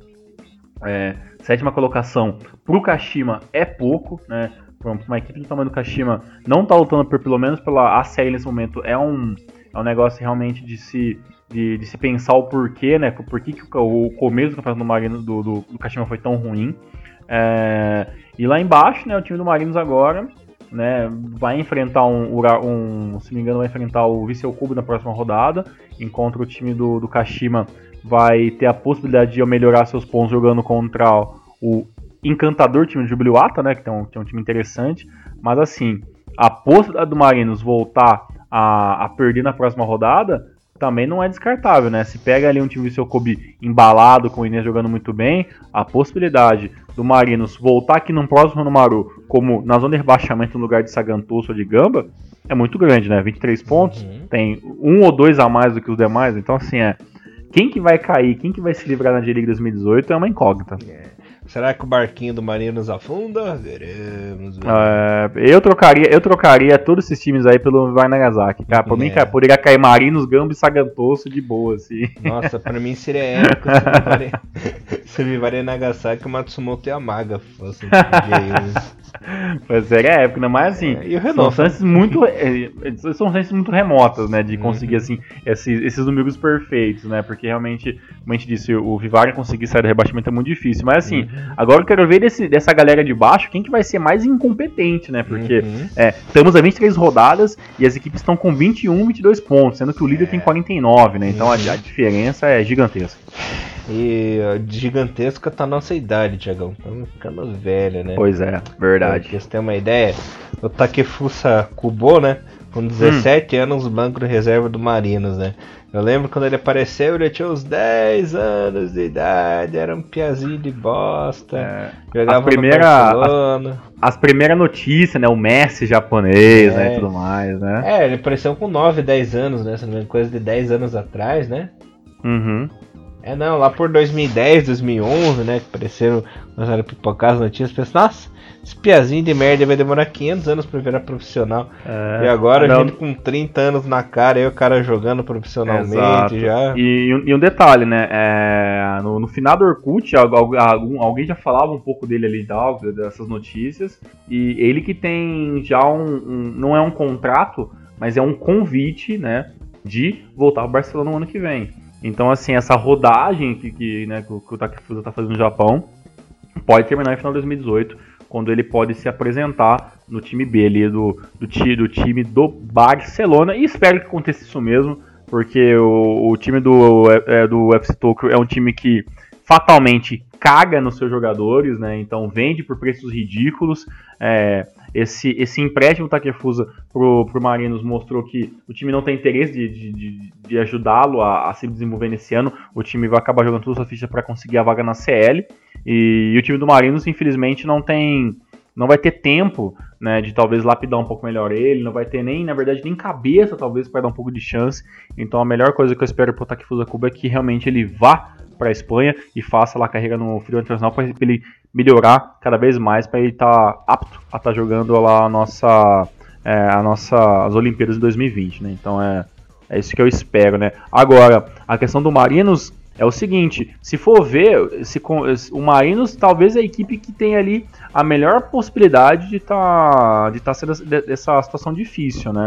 é, sétima colocação pro Kashima é pouco, né? Uma equipe do tamanho do Kashima não está lutando por, pelo menos pela A série nesse momento, é um, é um negócio realmente de se, de, de se pensar o porquê, né? Por que, que o, o começo do campeonato do Marinos do, do, do Kashima foi tão ruim. É, e lá embaixo, né, o time do Marinos agora, né, vai enfrentar um, um, se não me engano, vai enfrentar o Vissel Kobe na próxima rodada, enquanto o time do, do Kashima vai ter a possibilidade de melhorar seus pontos jogando contra o encantador time de Jubiluata, né, que é um, que é um time interessante, mas assim, a possibilidade do Marinos voltar a, a perder na próxima rodada, também não é descartável, né? Se pega ali um time do seu Kobe embalado, com o Inês jogando muito bem, a possibilidade do Marinos voltar aqui no próximo Randomaru, como na zona de rebaixamento no lugar de Sagantoso ou de Gamba, é muito grande, né? vinte e três pontos, uhum. Tem um ou dois a mais do que os demais, então assim, é quem que vai cair, quem que vai se livrar na J-League dois mil e dezoito é uma incógnita. É. Será que o barquinho do Marinos afunda? Veremos. veremos. É, eu, trocaria, eu trocaria todos esses times aí pelo Vai Nagasaki. Cara, pra é. mim, cara, poderia cair Marinos, Gamba e Sagantoso de boa, assim. Nossa, pra mim seria épico se o Vivare Nagasaki, o Matsumoto e a Maga fossem Mas seria épico, né? Mas assim, é, e o são chances muito são chances muito remotas, né? De conseguir, uhum. assim, esses, esses números perfeitos, né? Porque realmente, como a gente disse, o Vivare conseguir sair do rebaixamento é muito difícil. Mas assim, uhum. agora eu quero ver desse, dessa galera de baixo quem que vai ser mais incompetente, né? Porque uhum. é, estamos a vinte e três rodadas e as equipes estão com vinte e um, vinte e dois pontos, sendo que o líder é. tem quarenta e nove, né? Então uhum. a, a diferença é gigantesca. E gigantesca tá a nossa idade, Thiagão. Estamos ficando velho, né? Pois é, verdade. Pra vocês terem uma ideia, o Takefusa Kubo, né? Com dezessete hum. anos, banco de reserva do Marinos, né? Eu lembro quando ele apareceu, ele tinha uns dez anos de idade, era um piazinho de bosta, é. jogava primeira, no Barcelona. As, as primeiras notícias, né? O Messi japonês, é. né? E tudo mais, né? É, ele apareceu com nove, dez anos, né? Se não me engano, coisa de dez anos atrás, né? Uhum. É, não, lá por dois mil e dez, dois mil e onze, né, que apareceram, começaram a pipocar as notícias, pensei, nossa, esse piazinho de merda vai demorar quinhentos anos pra virar profissional. É, e agora não. a gente com trinta anos na cara, aí o cara jogando profissionalmente. Exato. Já. E, e um detalhe, né, é, no, no final do Orkut, algum, alguém já falava um pouco dele ali, tal, dessas notícias, e ele que tem já um, um, não é um contrato, mas é um convite, né, de voltar ao Barcelona no ano que vem. Então, assim, essa rodagem que, que, né, que o Takefusa está fazendo no Japão pode terminar em final de dois mil e dezoito, quando ele pode se apresentar no time B ali, do, do, do time do Barcelona. E espero que aconteça isso mesmo, porque o, o time do, é, do U F C Tokyo é um time que fatalmente caga nos seus jogadores, né? Então vende por preços ridículos. É, esse, esse empréstimo Takefusa pro, pro Marinos mostrou que o time não tem interesse de, de, de, de ajudá-lo a, a se desenvolver nesse ano. O time vai acabar jogando toda a sua ficha para conseguir a vaga na C L. E, e o time do Marinos, infelizmente, não tem... não vai ter tempo, né, de talvez lapidar um pouco melhor ele, não vai ter nem, na verdade, nem cabeça, talvez, para dar um pouco de chance. Então a melhor coisa que eu espero pro Takefusa Kubo é que realmente ele vá para a Espanha e faça lá a carreira no futebol internacional para ele melhorar cada vez mais, para ele estar tá apto a estar tá jogando lá a nossa, é, a nossa, as Olimpíadas de dois mil e vinte, né? Então é, é isso que eu espero, né? Agora, a questão do Marinos é o seguinte, se for ver, se, o Marinos talvez é a equipe que tem ali a melhor possibilidade de estar tá, de tá sendo dessa situação difícil, né?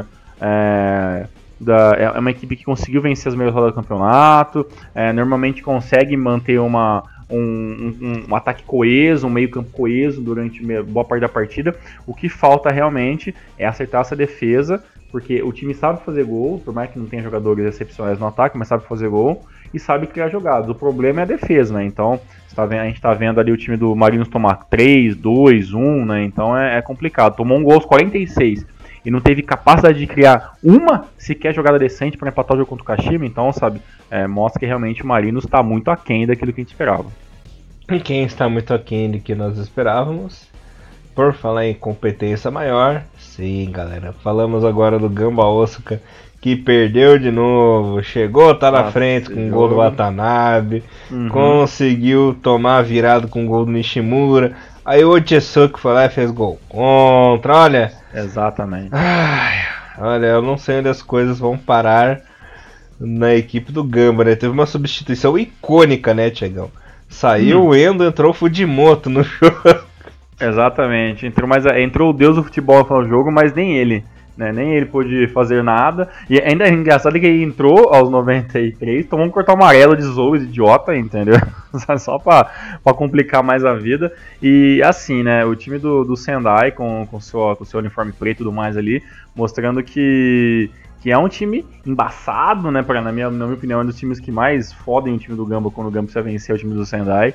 É, da, é uma equipe que conseguiu vencer as melhores rodadas do campeonato, é, normalmente consegue manter uma, um, um, um ataque coeso, um meio campo coeso durante boa parte da partida. O que falta realmente é acertar essa defesa, porque o time sabe fazer gol, por mais que não tenha jogadores excepcionais no ataque, mas sabe fazer gol e sabe criar jogadas. O problema é a defesa, né? Então, a gente tá vendo ali o time do Marinos tomar três, dois, um, né? Então é, é complicado. Tomou um gol aos quarenta e seis e não teve capacidade de criar uma sequer jogada decente para empatar o jogo contra o Kashima. Então, sabe, é, mostra que realmente o Marinos está muito aquém daquilo que a gente esperava. E quem está muito aquém do que nós esperávamos, por falar em competência maior, sim, galera, falamos agora do Gamba Osaka, que perdeu de novo, chegou, tá na Nossa, frente com o gol do Watanabe, uhum. conseguiu tomar virado com o gol do Nishimura, aí o Ochesuke foi lá e fez gol contra, olha. Exatamente. Ai, olha, eu não sei onde as coisas vão parar na equipe do Gamba, né? Teve uma substituição icônica, né, Tiagão? Saiu hum. o Endo, entrou o Fujimoto no jogo. Exatamente, entrou, mas, entrou o deus do futebol no jogo, mas nem ele. Né, nem ele pôde fazer nada. E ainda é engraçado que ele entrou aos noventa e três, tomou um cartão amarelo de Zou, de idiota, entendeu? Só pra, pra complicar mais a vida. E assim, né, o time do, do Sendai com o seu, com seu uniforme preto e tudo mais ali, mostrando que, que é um time embaçado, né, pra, na, minha, na minha opinião, é um dos times que mais fodem o time do Gamba quando o Gamba precisa vencer o time do Sendai.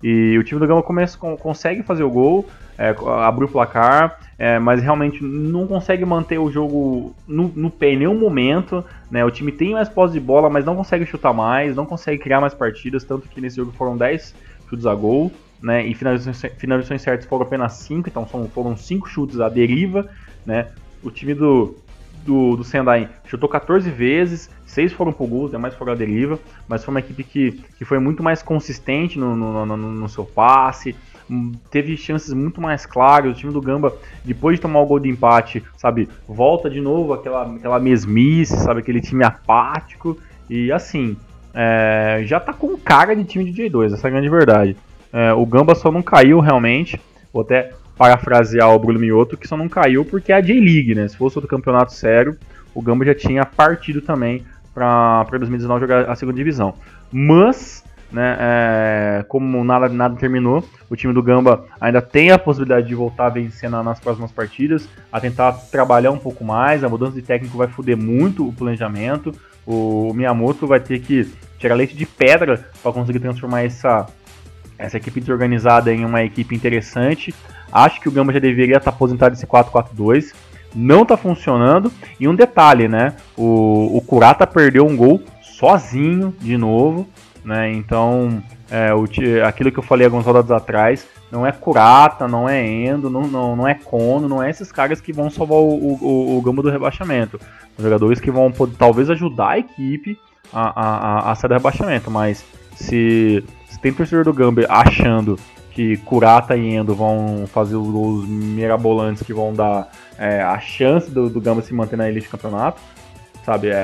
E o time do Gamba começa, consegue fazer o gol, é, abrir o placar, é, mas realmente não consegue manter o jogo no, no pé em nenhum momento, né? O time tem mais posse de bola, mas não consegue chutar mais, não consegue criar mais partidas, tanto que nesse jogo foram dez chutes a gol, né? E finalizações, finalizações certas foram apenas cinco, então são, foram cinco chutes à deriva, né? O time do, do, do Sendai chutou quatorze vezes, seis foram pro gol, os demais foram à deriva, mas foi uma equipe que, que foi muito mais consistente no, no, no, no seu passe, teve chances muito mais claras. O time do Gamba, depois de tomar o gol de empate, sabe, volta de novo aquela, aquela mesmice, sabe, aquele time apático, e assim, é, já tá com cara de time de J dois, essa é a grande verdade. É, o Gamba só não caiu realmente, vou até parafrasear o Bruno Mioto, que só não caiu porque é a J-League, né, se fosse outro campeonato sério, o Gamba já tinha partido também para dois mil e dezenove jogar a segunda divisão. Mas, né, é, como nada, nada terminou, o time do Gamba ainda tem a possibilidade de voltar a vencer na, nas próximas partidas, a tentar trabalhar um pouco mais. A mudança de técnico vai foder muito o planejamento. O Miyamoto vai ter que tirar leite de pedra para conseguir transformar essa, essa equipe desorganizada em uma equipe interessante. Acho que o Gamba já deveria estar aposentado desse quatro quatro dois. Não tá funcionando. E um detalhe, né? O, o Kurata perdeu um gol sozinho de novo, né? Então, é, o, aquilo que eu falei algumas rodadas atrás, não é Kurata, não é Endo, não, não, não é Kono, não é esses caras que vão salvar o, o, o Gamba do rebaixamento. Os jogadores que vão poder, talvez ajudar a equipe a, a, a sair do rebaixamento, mas se, se tem torcedor do Gamba achando que Kurata e Endo vão fazer os gols mirabolantes que vão dar é, a chance do, do Gamba se manter na elite do campeonato, sabe, é,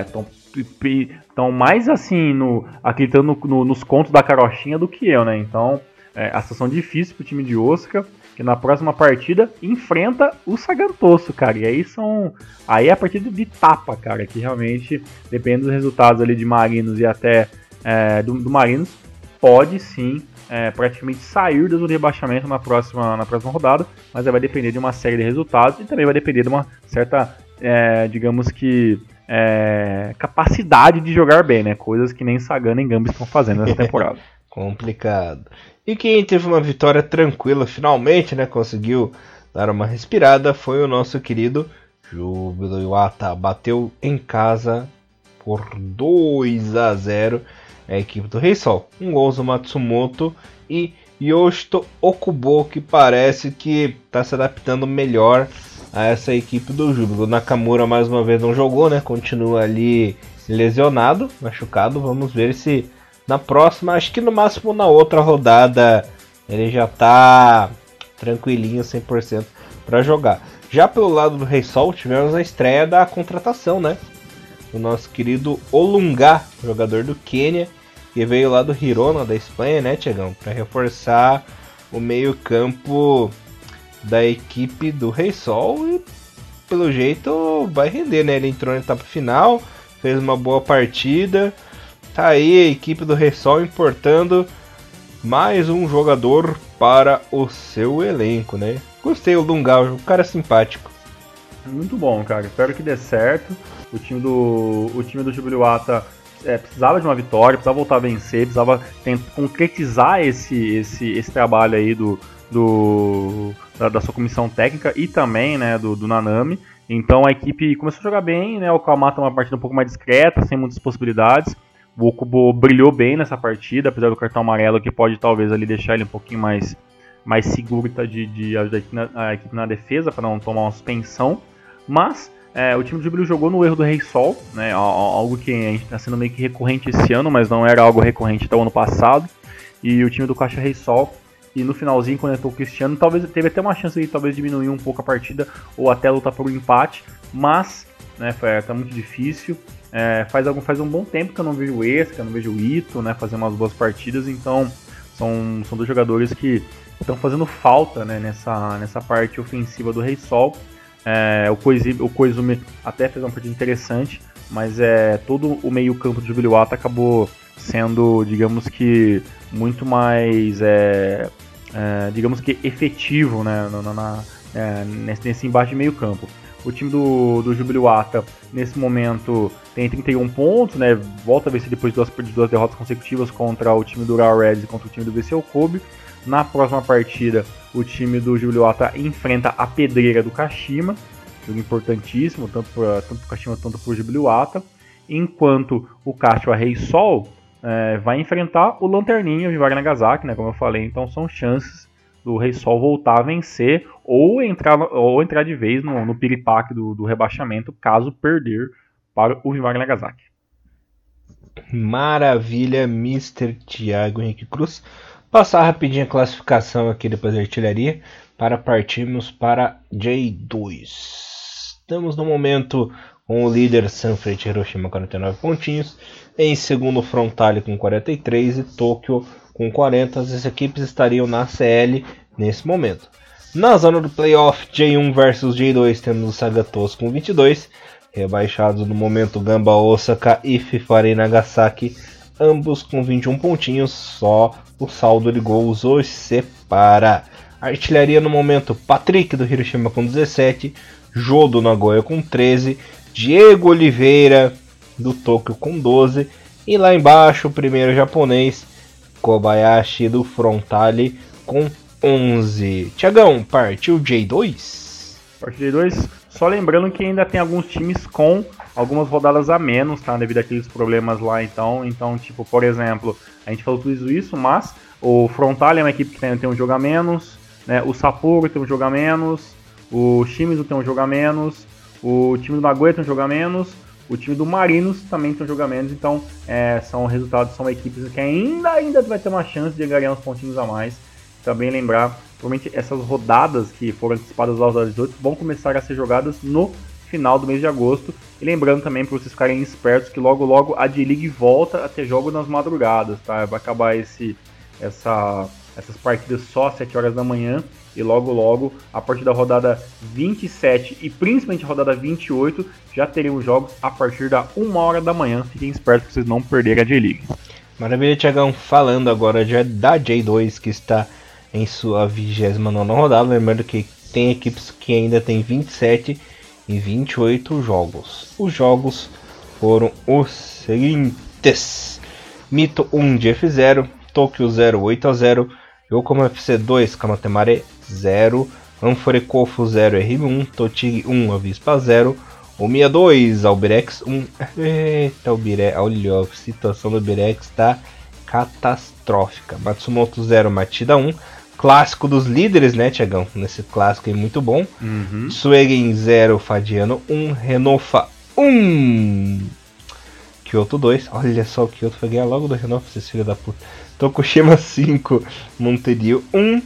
estão mais assim, no, acreditando no, no, nos contos da carochinha do que eu, né, então é, a situação difícil pro time de Osaka, que na próxima partida enfrenta o Sagantoso, cara, e aí são, aí é a partida de tapa, cara, que realmente, dependendo dos resultados ali de Marinos e até é, do, do Marinos, pode sim É, praticamente sair do rebaixamento na próxima, na próxima rodada, mas aí vai depender de uma série de resultados e também vai depender de uma certa, é, digamos que, é, capacidade de jogar bem, né? Coisas que nem Sagan nem Gamba estão fazendo nessa temporada. Complicado. E quem teve uma vitória tranquila, finalmente, né? Conseguiu dar uma respirada, foi o nosso querido Júbilo Iwata. Bateu em casa por dois a zero. A equipe do Rei Sol, um gol do Matsumoto e Yoshito Okubo, que parece que está se adaptando melhor a essa equipe do Júbilo. O Nakamura mais uma vez não jogou, né? Continua ali lesionado, machucado. Vamos ver se na próxima, acho que no máximo na outra rodada, ele já está tranquilinho, cem por cento para jogar. Já pelo lado do Rei Sol, tivemos a estreia da contratação, né? O nosso querido Olunga, jogador do Quênia, que veio lá do Girona, da Espanha, né, Tiagão? Para reforçar o meio-campo da equipe do Rei Sol e, pelo jeito, vai render, né? Ele entrou na etapa final, fez uma boa partida. Tá aí a equipe do Rei Sol importando mais um jogador para o seu elenco, né? Gostei do Olunga, um cara simpático. Muito bom, cara. Espero que dê certo. O time do, o time do Júbilo Iwata é, precisava de uma vitória, precisava voltar a vencer, precisava tentar concretizar esse, esse, esse trabalho aí do, do, da, da sua comissão técnica e também, né, do, do Nanami. Então a equipe começou a jogar bem, né, o Kawamata uma partida um pouco mais discreta, sem muitas possibilidades. O Okubo brilhou bem nessa partida, apesar do cartão amarelo que pode talvez ali deixar ele um pouquinho mais, mais seguro de, de ajudar a equipe na, a equipe na defesa, para não tomar uma suspensão. Mas é, o time do Júbilo jogou no erro do Rei Sol, né, algo que a gente está sendo meio que recorrente esse ano, mas não era algo recorrente até o ano passado. E o time do Caixa Rei Sol, e no finalzinho, quando entrou o Cristiano, talvez teve até uma chance de talvez diminuir um pouco a partida ou até lutar por um empate, mas né, foi, tá muito difícil. É, faz, algum, faz um bom tempo que eu não vejo o Esse, que eu não vejo o Ito, né, fazer umas boas partidas, então são, são dois jogadores que estão fazendo falta, né, nessa, nessa parte ofensiva do Rei Sol. É, o, Koizumi, o Koizumi até fez uma partida interessante, mas é, todo o meio campo do Júbilo Iwata acabou sendo, digamos que, muito mais, é, é, digamos que, efetivo, né, na, na, é, nesse, nesse embate de meio campo. O time do, do Jubiluata, nesse momento, tem trinta e um pontos, né? Volta a vencer depois de duas, de duas derrotas consecutivas contra o time do Ural Reds e contra o time do V C O Kobe. Na próxima partida, o time do Jubiluata enfrenta a Pedreira do Kashima, jogo importantíssimo, tanto para tanto o Kashima quanto para o Jubiluata. Enquanto o Kashima Rei Sol é, vai enfrentar o Lanterninha, o Vivar Nagasaki, né? Como eu falei, então são chances do Rei Sol voltar a vencer ou entrar, ou entrar de vez no, no piripaque do, do rebaixamento, caso perder para o Vivar Nagasaki. Maravilha, mister Thiago Henrique Cruz. Passar rapidinho a classificação aqui depois da artilharia para partirmos para J dois. Estamos no momento com o líder Sanfrecce Hiroshima quarenta e nove pontinhos, em segundo Frontale com quarenta e três e Tóquio com quarenta. As equipes estariam na C L nesse momento. Na zona do playoff J um versus J dois temos o Sagatos com vinte e dois, rebaixados no momento Gamba Osaka e Fifari Nagasaki, ambos com vinte e um pontinhos, só o saldo de gols os separa. Artilharia no momento, Patrick do Hiroshima com dezessete, Jô do Nagoya com treze, Diego Oliveira do Tóquio com doze, e lá embaixo o primeiro japonês, Kobayashi do Frontale com onze. Tiagão, partiu J dois? Partiu J dois, só lembrando que ainda tem alguns times com algumas rodadas a menos, tá? Devido àqueles problemas lá, então, então tipo, por exemplo, a gente falou tudo isso, mas o Frontale é uma equipe que tem, tem um jogo a menos, né? O Sapporo tem um jogo a menos, o Shimizu tem um jogo a menos, o time do Nagoya tem um jogo a menos, o time do Marinos também tem um jogo a menos, então é, são resultados, são equipes que ainda, ainda vai ter uma chance de ganhar uns pontinhos a mais. Também lembrar, provavelmente essas rodadas que foram antecipadas aos dezoito vão começar a ser jogadas no final do mês de agosto. E lembrando também para vocês ficarem espertos que logo logo a J-League volta a ter jogo nas madrugadas, tá? Vai acabar esse, essa, essas partidas só às sete horas da manhã e logo logo, a partir da rodada vinte e sete e principalmente a rodada vinte e oito, já teremos jogos a partir da uma hora da manhã. Fiquem espertos para vocês não perderem a J-League. Maravilha, Thiagão. Falando agora já da J dois, que está em sua vigésima nona rodada, lembrando que tem equipes que ainda tem vinte e sete e vinte e oito jogos. Os jogos foram os seguintes: Mito um de F zero, Tóquio zero, oito a zero, Yokohama F C dois, Kamatemare zero, Anforekofo zero, R M um, Tochigi um, Avispa zero, Omiya dois, Albirex um. Eita, Albirex, olha, a situação do Albirex está catastrófica. Matsumoto zero, Matida um. Clássico dos líderes, né, Tiagão? Nesse clássico aí muito bom. Uhum. Suegen zero, Fadiano um. Renofa um. Kyoto dois. Olha só, o Kyoto foi ganhar logo do Renofa, esses filhos da puta. Tokushima cinco, Monterio um.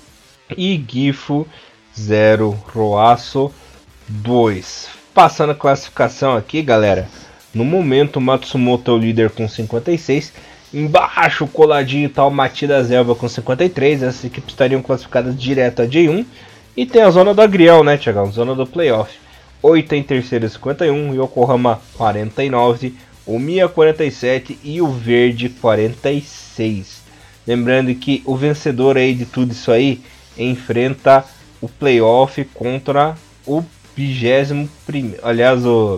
E Gifu zero, Roasso dois. Passando a classificação aqui, galera. No momento, Matsumoto é o líder com cinquenta e seis. Embaixo, coladinho, tá o Matida Zelva com cinquenta e três. Essas equipes estariam classificadas direto a J um. E tem a zona do Agriel, né, Thiagão? Zona do playoff. oito em terceiro, cinquenta e um. Yokohama, quarenta e nove. Omiya, quarenta e sete. E o Verde, quarenta e seis. Lembrando que o vencedor aí de tudo isso aí enfrenta o playoff contra o vigésimo primeiro. Aliás, o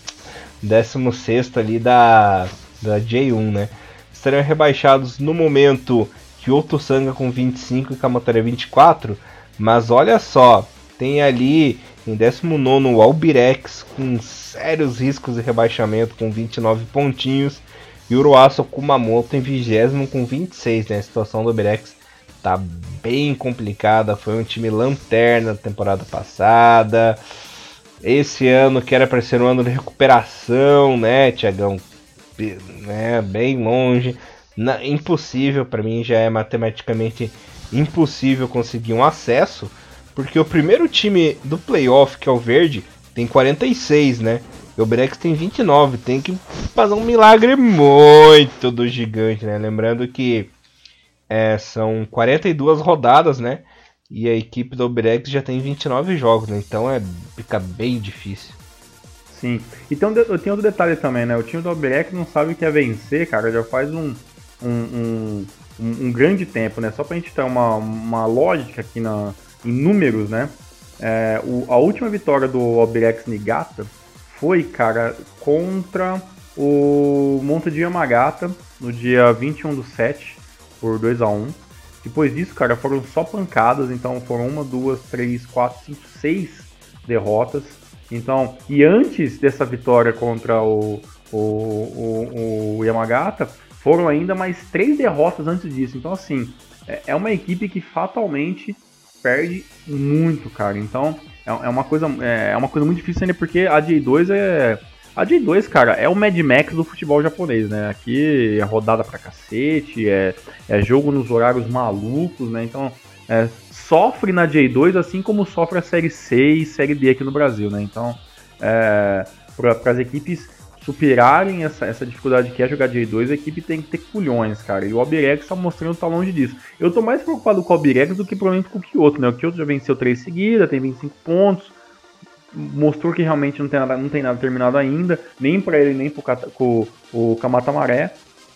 décimo sexto ali da, da J um, né? Estariam rebaixados no momento Kyoto Sanga com vinte e cinco e Kamatamare vinte e quatro, mas olha só, tem ali em décimo nono o Albirex com sérios riscos de rebaixamento com vinte e nove pontinhos e o Uruaço Kumamoto em vigésimo com vinte e seis, né? A situação do Albirex tá bem complicada, foi um time lanterna na temporada passada. Esse ano que era para ser um ano de recuperação, né, Thiagão? Né, bem longe, na, impossível, para mim já é matematicamente impossível conseguir um acesso, porque o primeiro time do playoff, que é o Verde, tem quarenta e seis, né? E o Brex tem vinte e nove, tem que fazer um milagre muito do gigante, né? Lembrando que é, são quarenta e duas rodadas, né? E a equipe do Brex já tem vinte e nove jogos, né? Então é, fica bem difícil. Sim, e tem, um de, tem outro detalhe também, né? O time do Albirex não sabe o que é vencer, cara, já faz um, um, um, um, um grande tempo, né? Só pra gente ter uma, uma lógica aqui na, em números, né? É, o, a última vitória do Albirex Niigata foi, cara, contra o Monte de Yamagata no dia vinte e um do sete, por dois a um. Depois disso, cara, foram só pancadas, então foram uma, duas, três, quatro, cinco, seis derrotas. Então, e antes dessa vitória contra o, o, o, o Yamagata, foram ainda mais três derrotas antes disso. Então, assim, é, é uma equipe que fatalmente perde muito, cara. Então, é, é, uma, coisa, é, é uma coisa muito difícil ainda, porque a J dois é... A J dois, cara, é o Mad Max do futebol japonês, né? Aqui é rodada pra cacete, é, é jogo nos horários malucos, né? Então, é, sofre na J dois assim como sofre a Série C e Série D aqui no Brasil, né? Então, é, para as equipes superarem essa, essa dificuldade que é jogar J dois, a equipe tem que ter culhões, cara. E o Albirex tá mostrando que tá longe disso. Eu tô mais preocupado com o Albirex do que provavelmente com o Kyoto, né? O Kyoto já venceu três seguidas, tem vinte e cinco pontos. Mostrou que realmente não tem nada, não tem nada terminado ainda, nem para ele, nem para o, o Kamata Maré.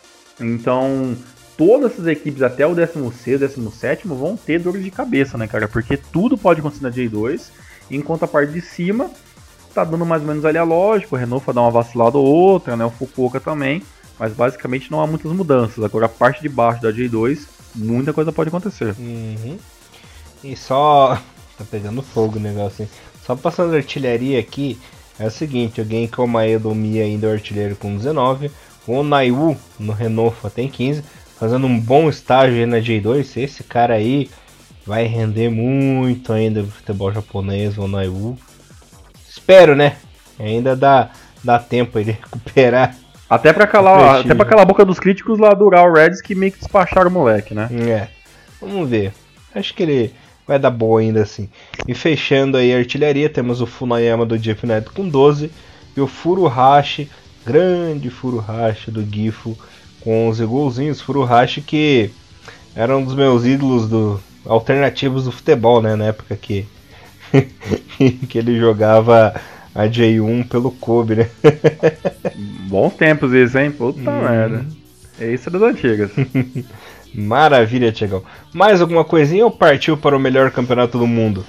Então, todas essas equipes, até o décimo sexto, décimo sétimo, vão ter dores de cabeça, né, cara? Porque tudo pode acontecer na J dois, enquanto a parte de cima tá dando mais ou menos ali a lógica. O Renault vai dar uma vacilada ou outra, né? O Fukuoka também, mas basicamente não há muitas mudanças. Agora, a parte de baixo da J dois, muita coisa pode acontecer. Uhum. E só... Tá pegando fogo o negócio, hein? Só passando artilharia aqui, é o seguinte, o Genko Maeda Omiya ainda é o artilheiro com dezenove, o Onaiwu no Renault tem quinze, fazendo um bom estágio aí na J dois, esse cara aí vai render muito ainda no futebol japonês, o Onaiwu. Espero, né? Ainda dá, dá tempo ele recuperar. Até pra calar, até pra calar a boca dos críticos lá do Ural Reds que meio que despacharam o moleque, né? É, vamos ver. Acho que ele... vai dar boa ainda assim. E fechando aí a artilharia, temos o Funayama do Jeff Neto com doze. E o Furuhashi, grande Furuhashi do Gifu, com onze golzinhos. Furuhashi que era um dos meus ídolos do, alternativos do futebol, né? Na época que, que ele jogava a J um pelo Kobe, né? Bons tempos isso, hein? Puta hum. merda. Isso é das antigas. Maravilha, Tiagão. Mais alguma coisinha ou partiu para o melhor campeonato do mundo?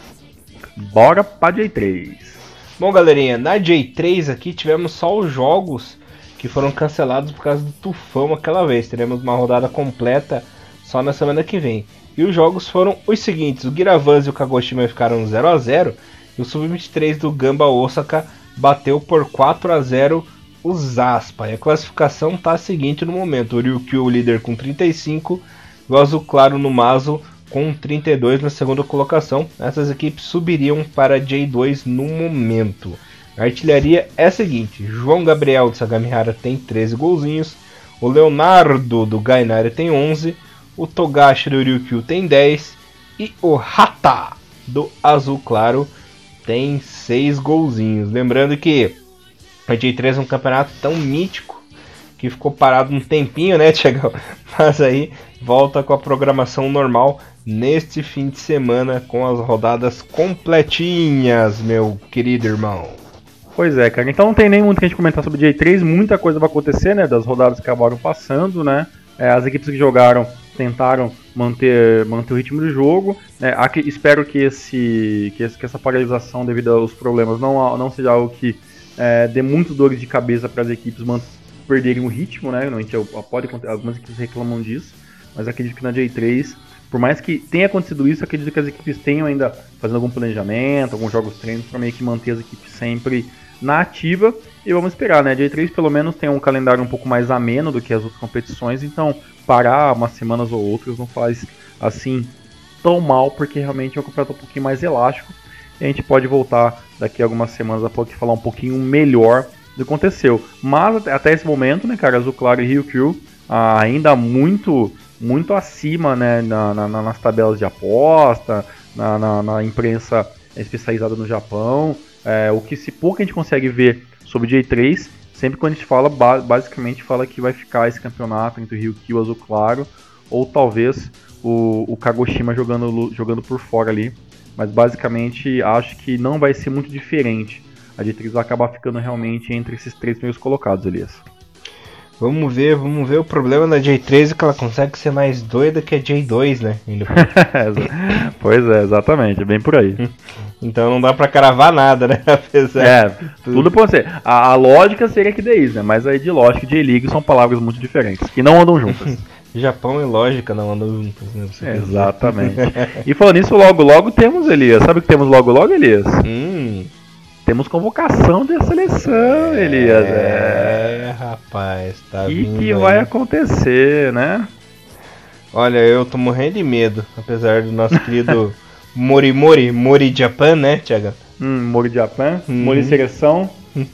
Bora pra J três. Bom, galerinha, na J três aqui tivemos só os jogos que foram cancelados por causa do tufão aquela vez. Teremos uma rodada completa só na semana que vem. E os jogos foram os seguintes: o Giravans e o Kagoshima ficaram zero a zero. E o sub vinte e três do Gamba Osaka bateu por quatro a zero o Zaspa. E a classificação tá a seguinte no momento: o Ryukyu, o líder, com trinta e cinco, e o Azul Claro no Mazo com trinta e dois na segunda colocação. Essas equipes subiriam para J dois no momento. A artilharia é a seguinte: João Gabriel de Sagamihara tem treze golzinhos, o Leonardo do Gainari tem onze, o Togashi do Ryukyu tem dez e o Hata do Azul Claro tem seis golzinhos. Lembrando que a J três é um campeonato tão mítico que ficou parado um tempinho, né, Thiago? Mas aí volta com a programação normal neste fim de semana com as rodadas completinhas, meu querido irmão. Pois é, cara. Então não tem nem muito que a gente comentar sobre J três. Muita coisa vai acontecer, né? Das rodadas que acabaram passando, né? É, as equipes que jogaram tentaram manter, manter o ritmo do jogo. É, aqui, espero que, esse, que, esse, que essa paralisação devido aos problemas não, não seja algo que É, dê muitas dores de cabeça para as equipes perderem o ritmo, né? A gente pode, algumas equipes reclamam disso, mas acredito que na J três, por mais que tenha acontecido isso, acredito que as equipes tenham ainda fazendo algum planejamento, alguns jogos treinos para meio que manter as equipes sempre na ativa. E vamos esperar, né? A J três pelo menos tem um calendário um pouco mais ameno do que as outras competições, então parar umas semanas ou outras não faz assim tão mal, porque realmente é um campeonato um pouquinho mais elástico. E a gente pode voltar daqui a algumas semanas a pouco e falar um pouquinho melhor do que aconteceu. Mas até esse momento, né, cara, Azul Claro e Ryukyu ah, ainda muito, muito acima, né, na, na, nas tabelas de aposta, na, na, na imprensa especializada no Japão. É, o que se pouco a gente consegue ver sobre J três, sempre quando a gente fala, basicamente fala que vai ficar esse campeonato entre o Ryukyu e o Azul Claro, ou talvez o, o Kagoshima jogando, jogando por fora ali. Mas basicamente acho que não vai ser muito diferente. A J três vai acabar ficando realmente entre esses três primeiros colocados, Elias. Vamos ver, vamos ver. O problema da J três é que ela consegue ser mais doida que a J dois, né? Pois é, exatamente, é bem por aí. Então não dá pra cravar nada, né? Apesar é, tudo, tudo pode ser. A, a lógica seria que daí, né? Mas aí de lógica e J-League são palavras muito diferentes, que não andam juntas. Japão e lógica não andam juntas, né? É, exatamente. E falando nisso, logo logo temos, Elias. Sabe o que temos logo logo, Elias? Hum. Temos convocação da seleção, Elias. É, é rapaz, tá e vindo. E que aí. vai acontecer, né? Olha, eu tô morrendo de medo, apesar do nosso querido Mori Mori, Mori Japan, né, Thiago? Hum, Mori Japan, uhum. Mori Seleção.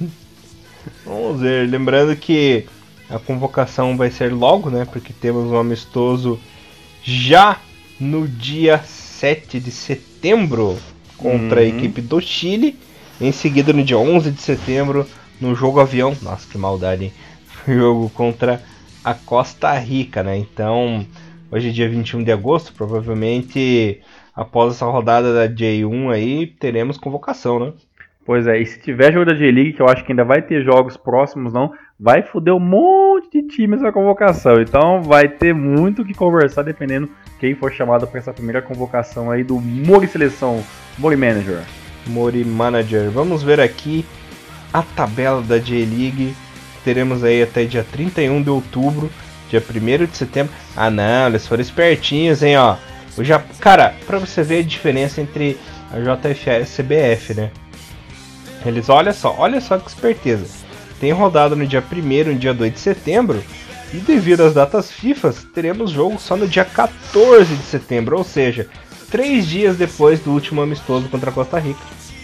Vamos ver, lembrando que a convocação vai ser logo, né, porque temos um amistoso já no dia sete de setembro contra uhum. a equipe do Chile. Em seguida, no dia onze de setembro, no jogo avião, nossa, que maldade, hein? Jogo contra a Costa Rica, né? Então, hoje é dia vinte e um de agosto, provavelmente após essa rodada da J um aí, teremos convocação, né? Pois é, e se tiver jogo da J-League, que eu acho que ainda vai ter jogos próximos, não, vai foder um monte de times essa convocação. Então, vai ter muito o que conversar, dependendo quem for chamado para essa primeira convocação aí do Mori Seleção, Mori Manager. Mori Manager. Vamos ver aqui a tabela da J-League. Teremos aí até dia trinta e um de outubro, dia primeiro de setembro. Ah não, eles foram espertinhos, hein, ó. O Jap... Cara, pra você ver a diferença entre a J F A e a C B F, né? Eles, olha só, olha só que esperteza. Tem rodada no dia primeiro e no dia dois de setembro. E devido às datas FIFA, teremos jogo só no dia quatorze de setembro, ou seja, três dias depois do último amistoso contra a Costa Rica.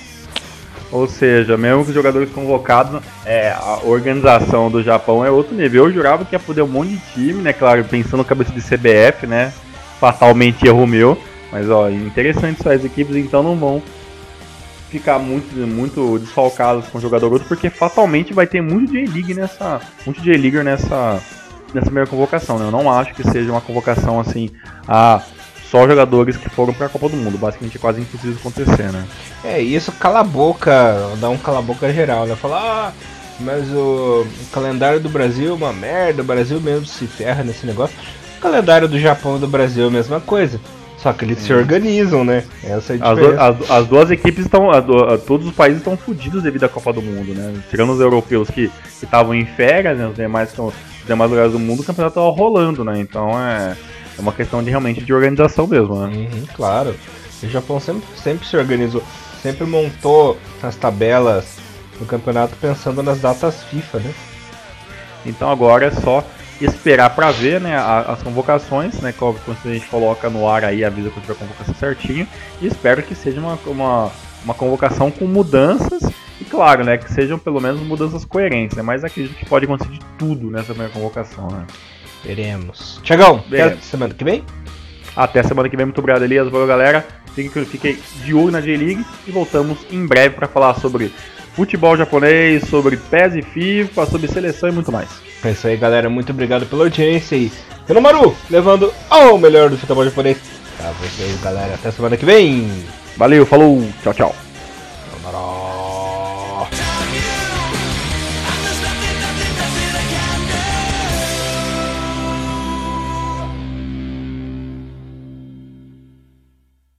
Ou seja, mesmo que os jogadores convocados, é, a organização do Japão é outro nível. Eu jurava que ia poder um monte de time, né? Claro, pensando na cabeça de C B F, né? Fatalmente erro meu. Mas, ó, interessante isso. As equipes, então, não vão ficar muito, muito desfalcadas com o jogador outro, porque fatalmente vai ter muito J-League nessa, muito J-Leaguer nessa, nessa primeira convocação, né? Eu não acho que seja uma convocação, assim, a... só jogadores que foram para a Copa do Mundo. Basicamente é quase impossível acontecer, né? É, isso cala a boca, dá um cala a boca geral, né? Falar, ah, mas o, o calendário do Brasil é uma merda, o Brasil mesmo se ferra nesse negócio. O calendário do Japão e do Brasil é a mesma coisa, só que eles hum. se organizam, né? Essa é a diferença. As, do, as, as duas equipes estão, a, a, todos os países estão fodidos devido à Copa do Mundo, né? Tirando os europeus que estavam em férias, né? Os demais, tão, os demais lugares do mundo, o campeonato estava rolando, né? Então é... É uma questão de realmente de organização mesmo, né? Uhum, claro. O Japão sempre, sempre se organizou, sempre montou as tabelas do campeonato pensando nas datas FIFA, né? Então agora é só esperar para ver, né, as convocações, né? Quando a gente coloca no ar aí, avisa quando tiver a convocação certinho. E espero que seja uma, uma, uma convocação com mudanças. E claro, né, que sejam pelo menos mudanças coerentes, né? Mas acredito que pode acontecer de tudo nessa primeira convocação, né? Veremos. Tiagão, até semana que vem? Até semana que vem, muito obrigado, Elias. Valeu, galera. Fiquem, fiquem de olho na J-League e voltamos em breve para falar sobre futebol japonês, sobre P E S e FIFA, sobre seleção e muito mais. É isso aí, galera. Muito obrigado pela audiência e Renomaru, levando ao melhor do futebol japonês pra vocês, galera. Até semana que vem. Valeu, falou, tchau, tchau.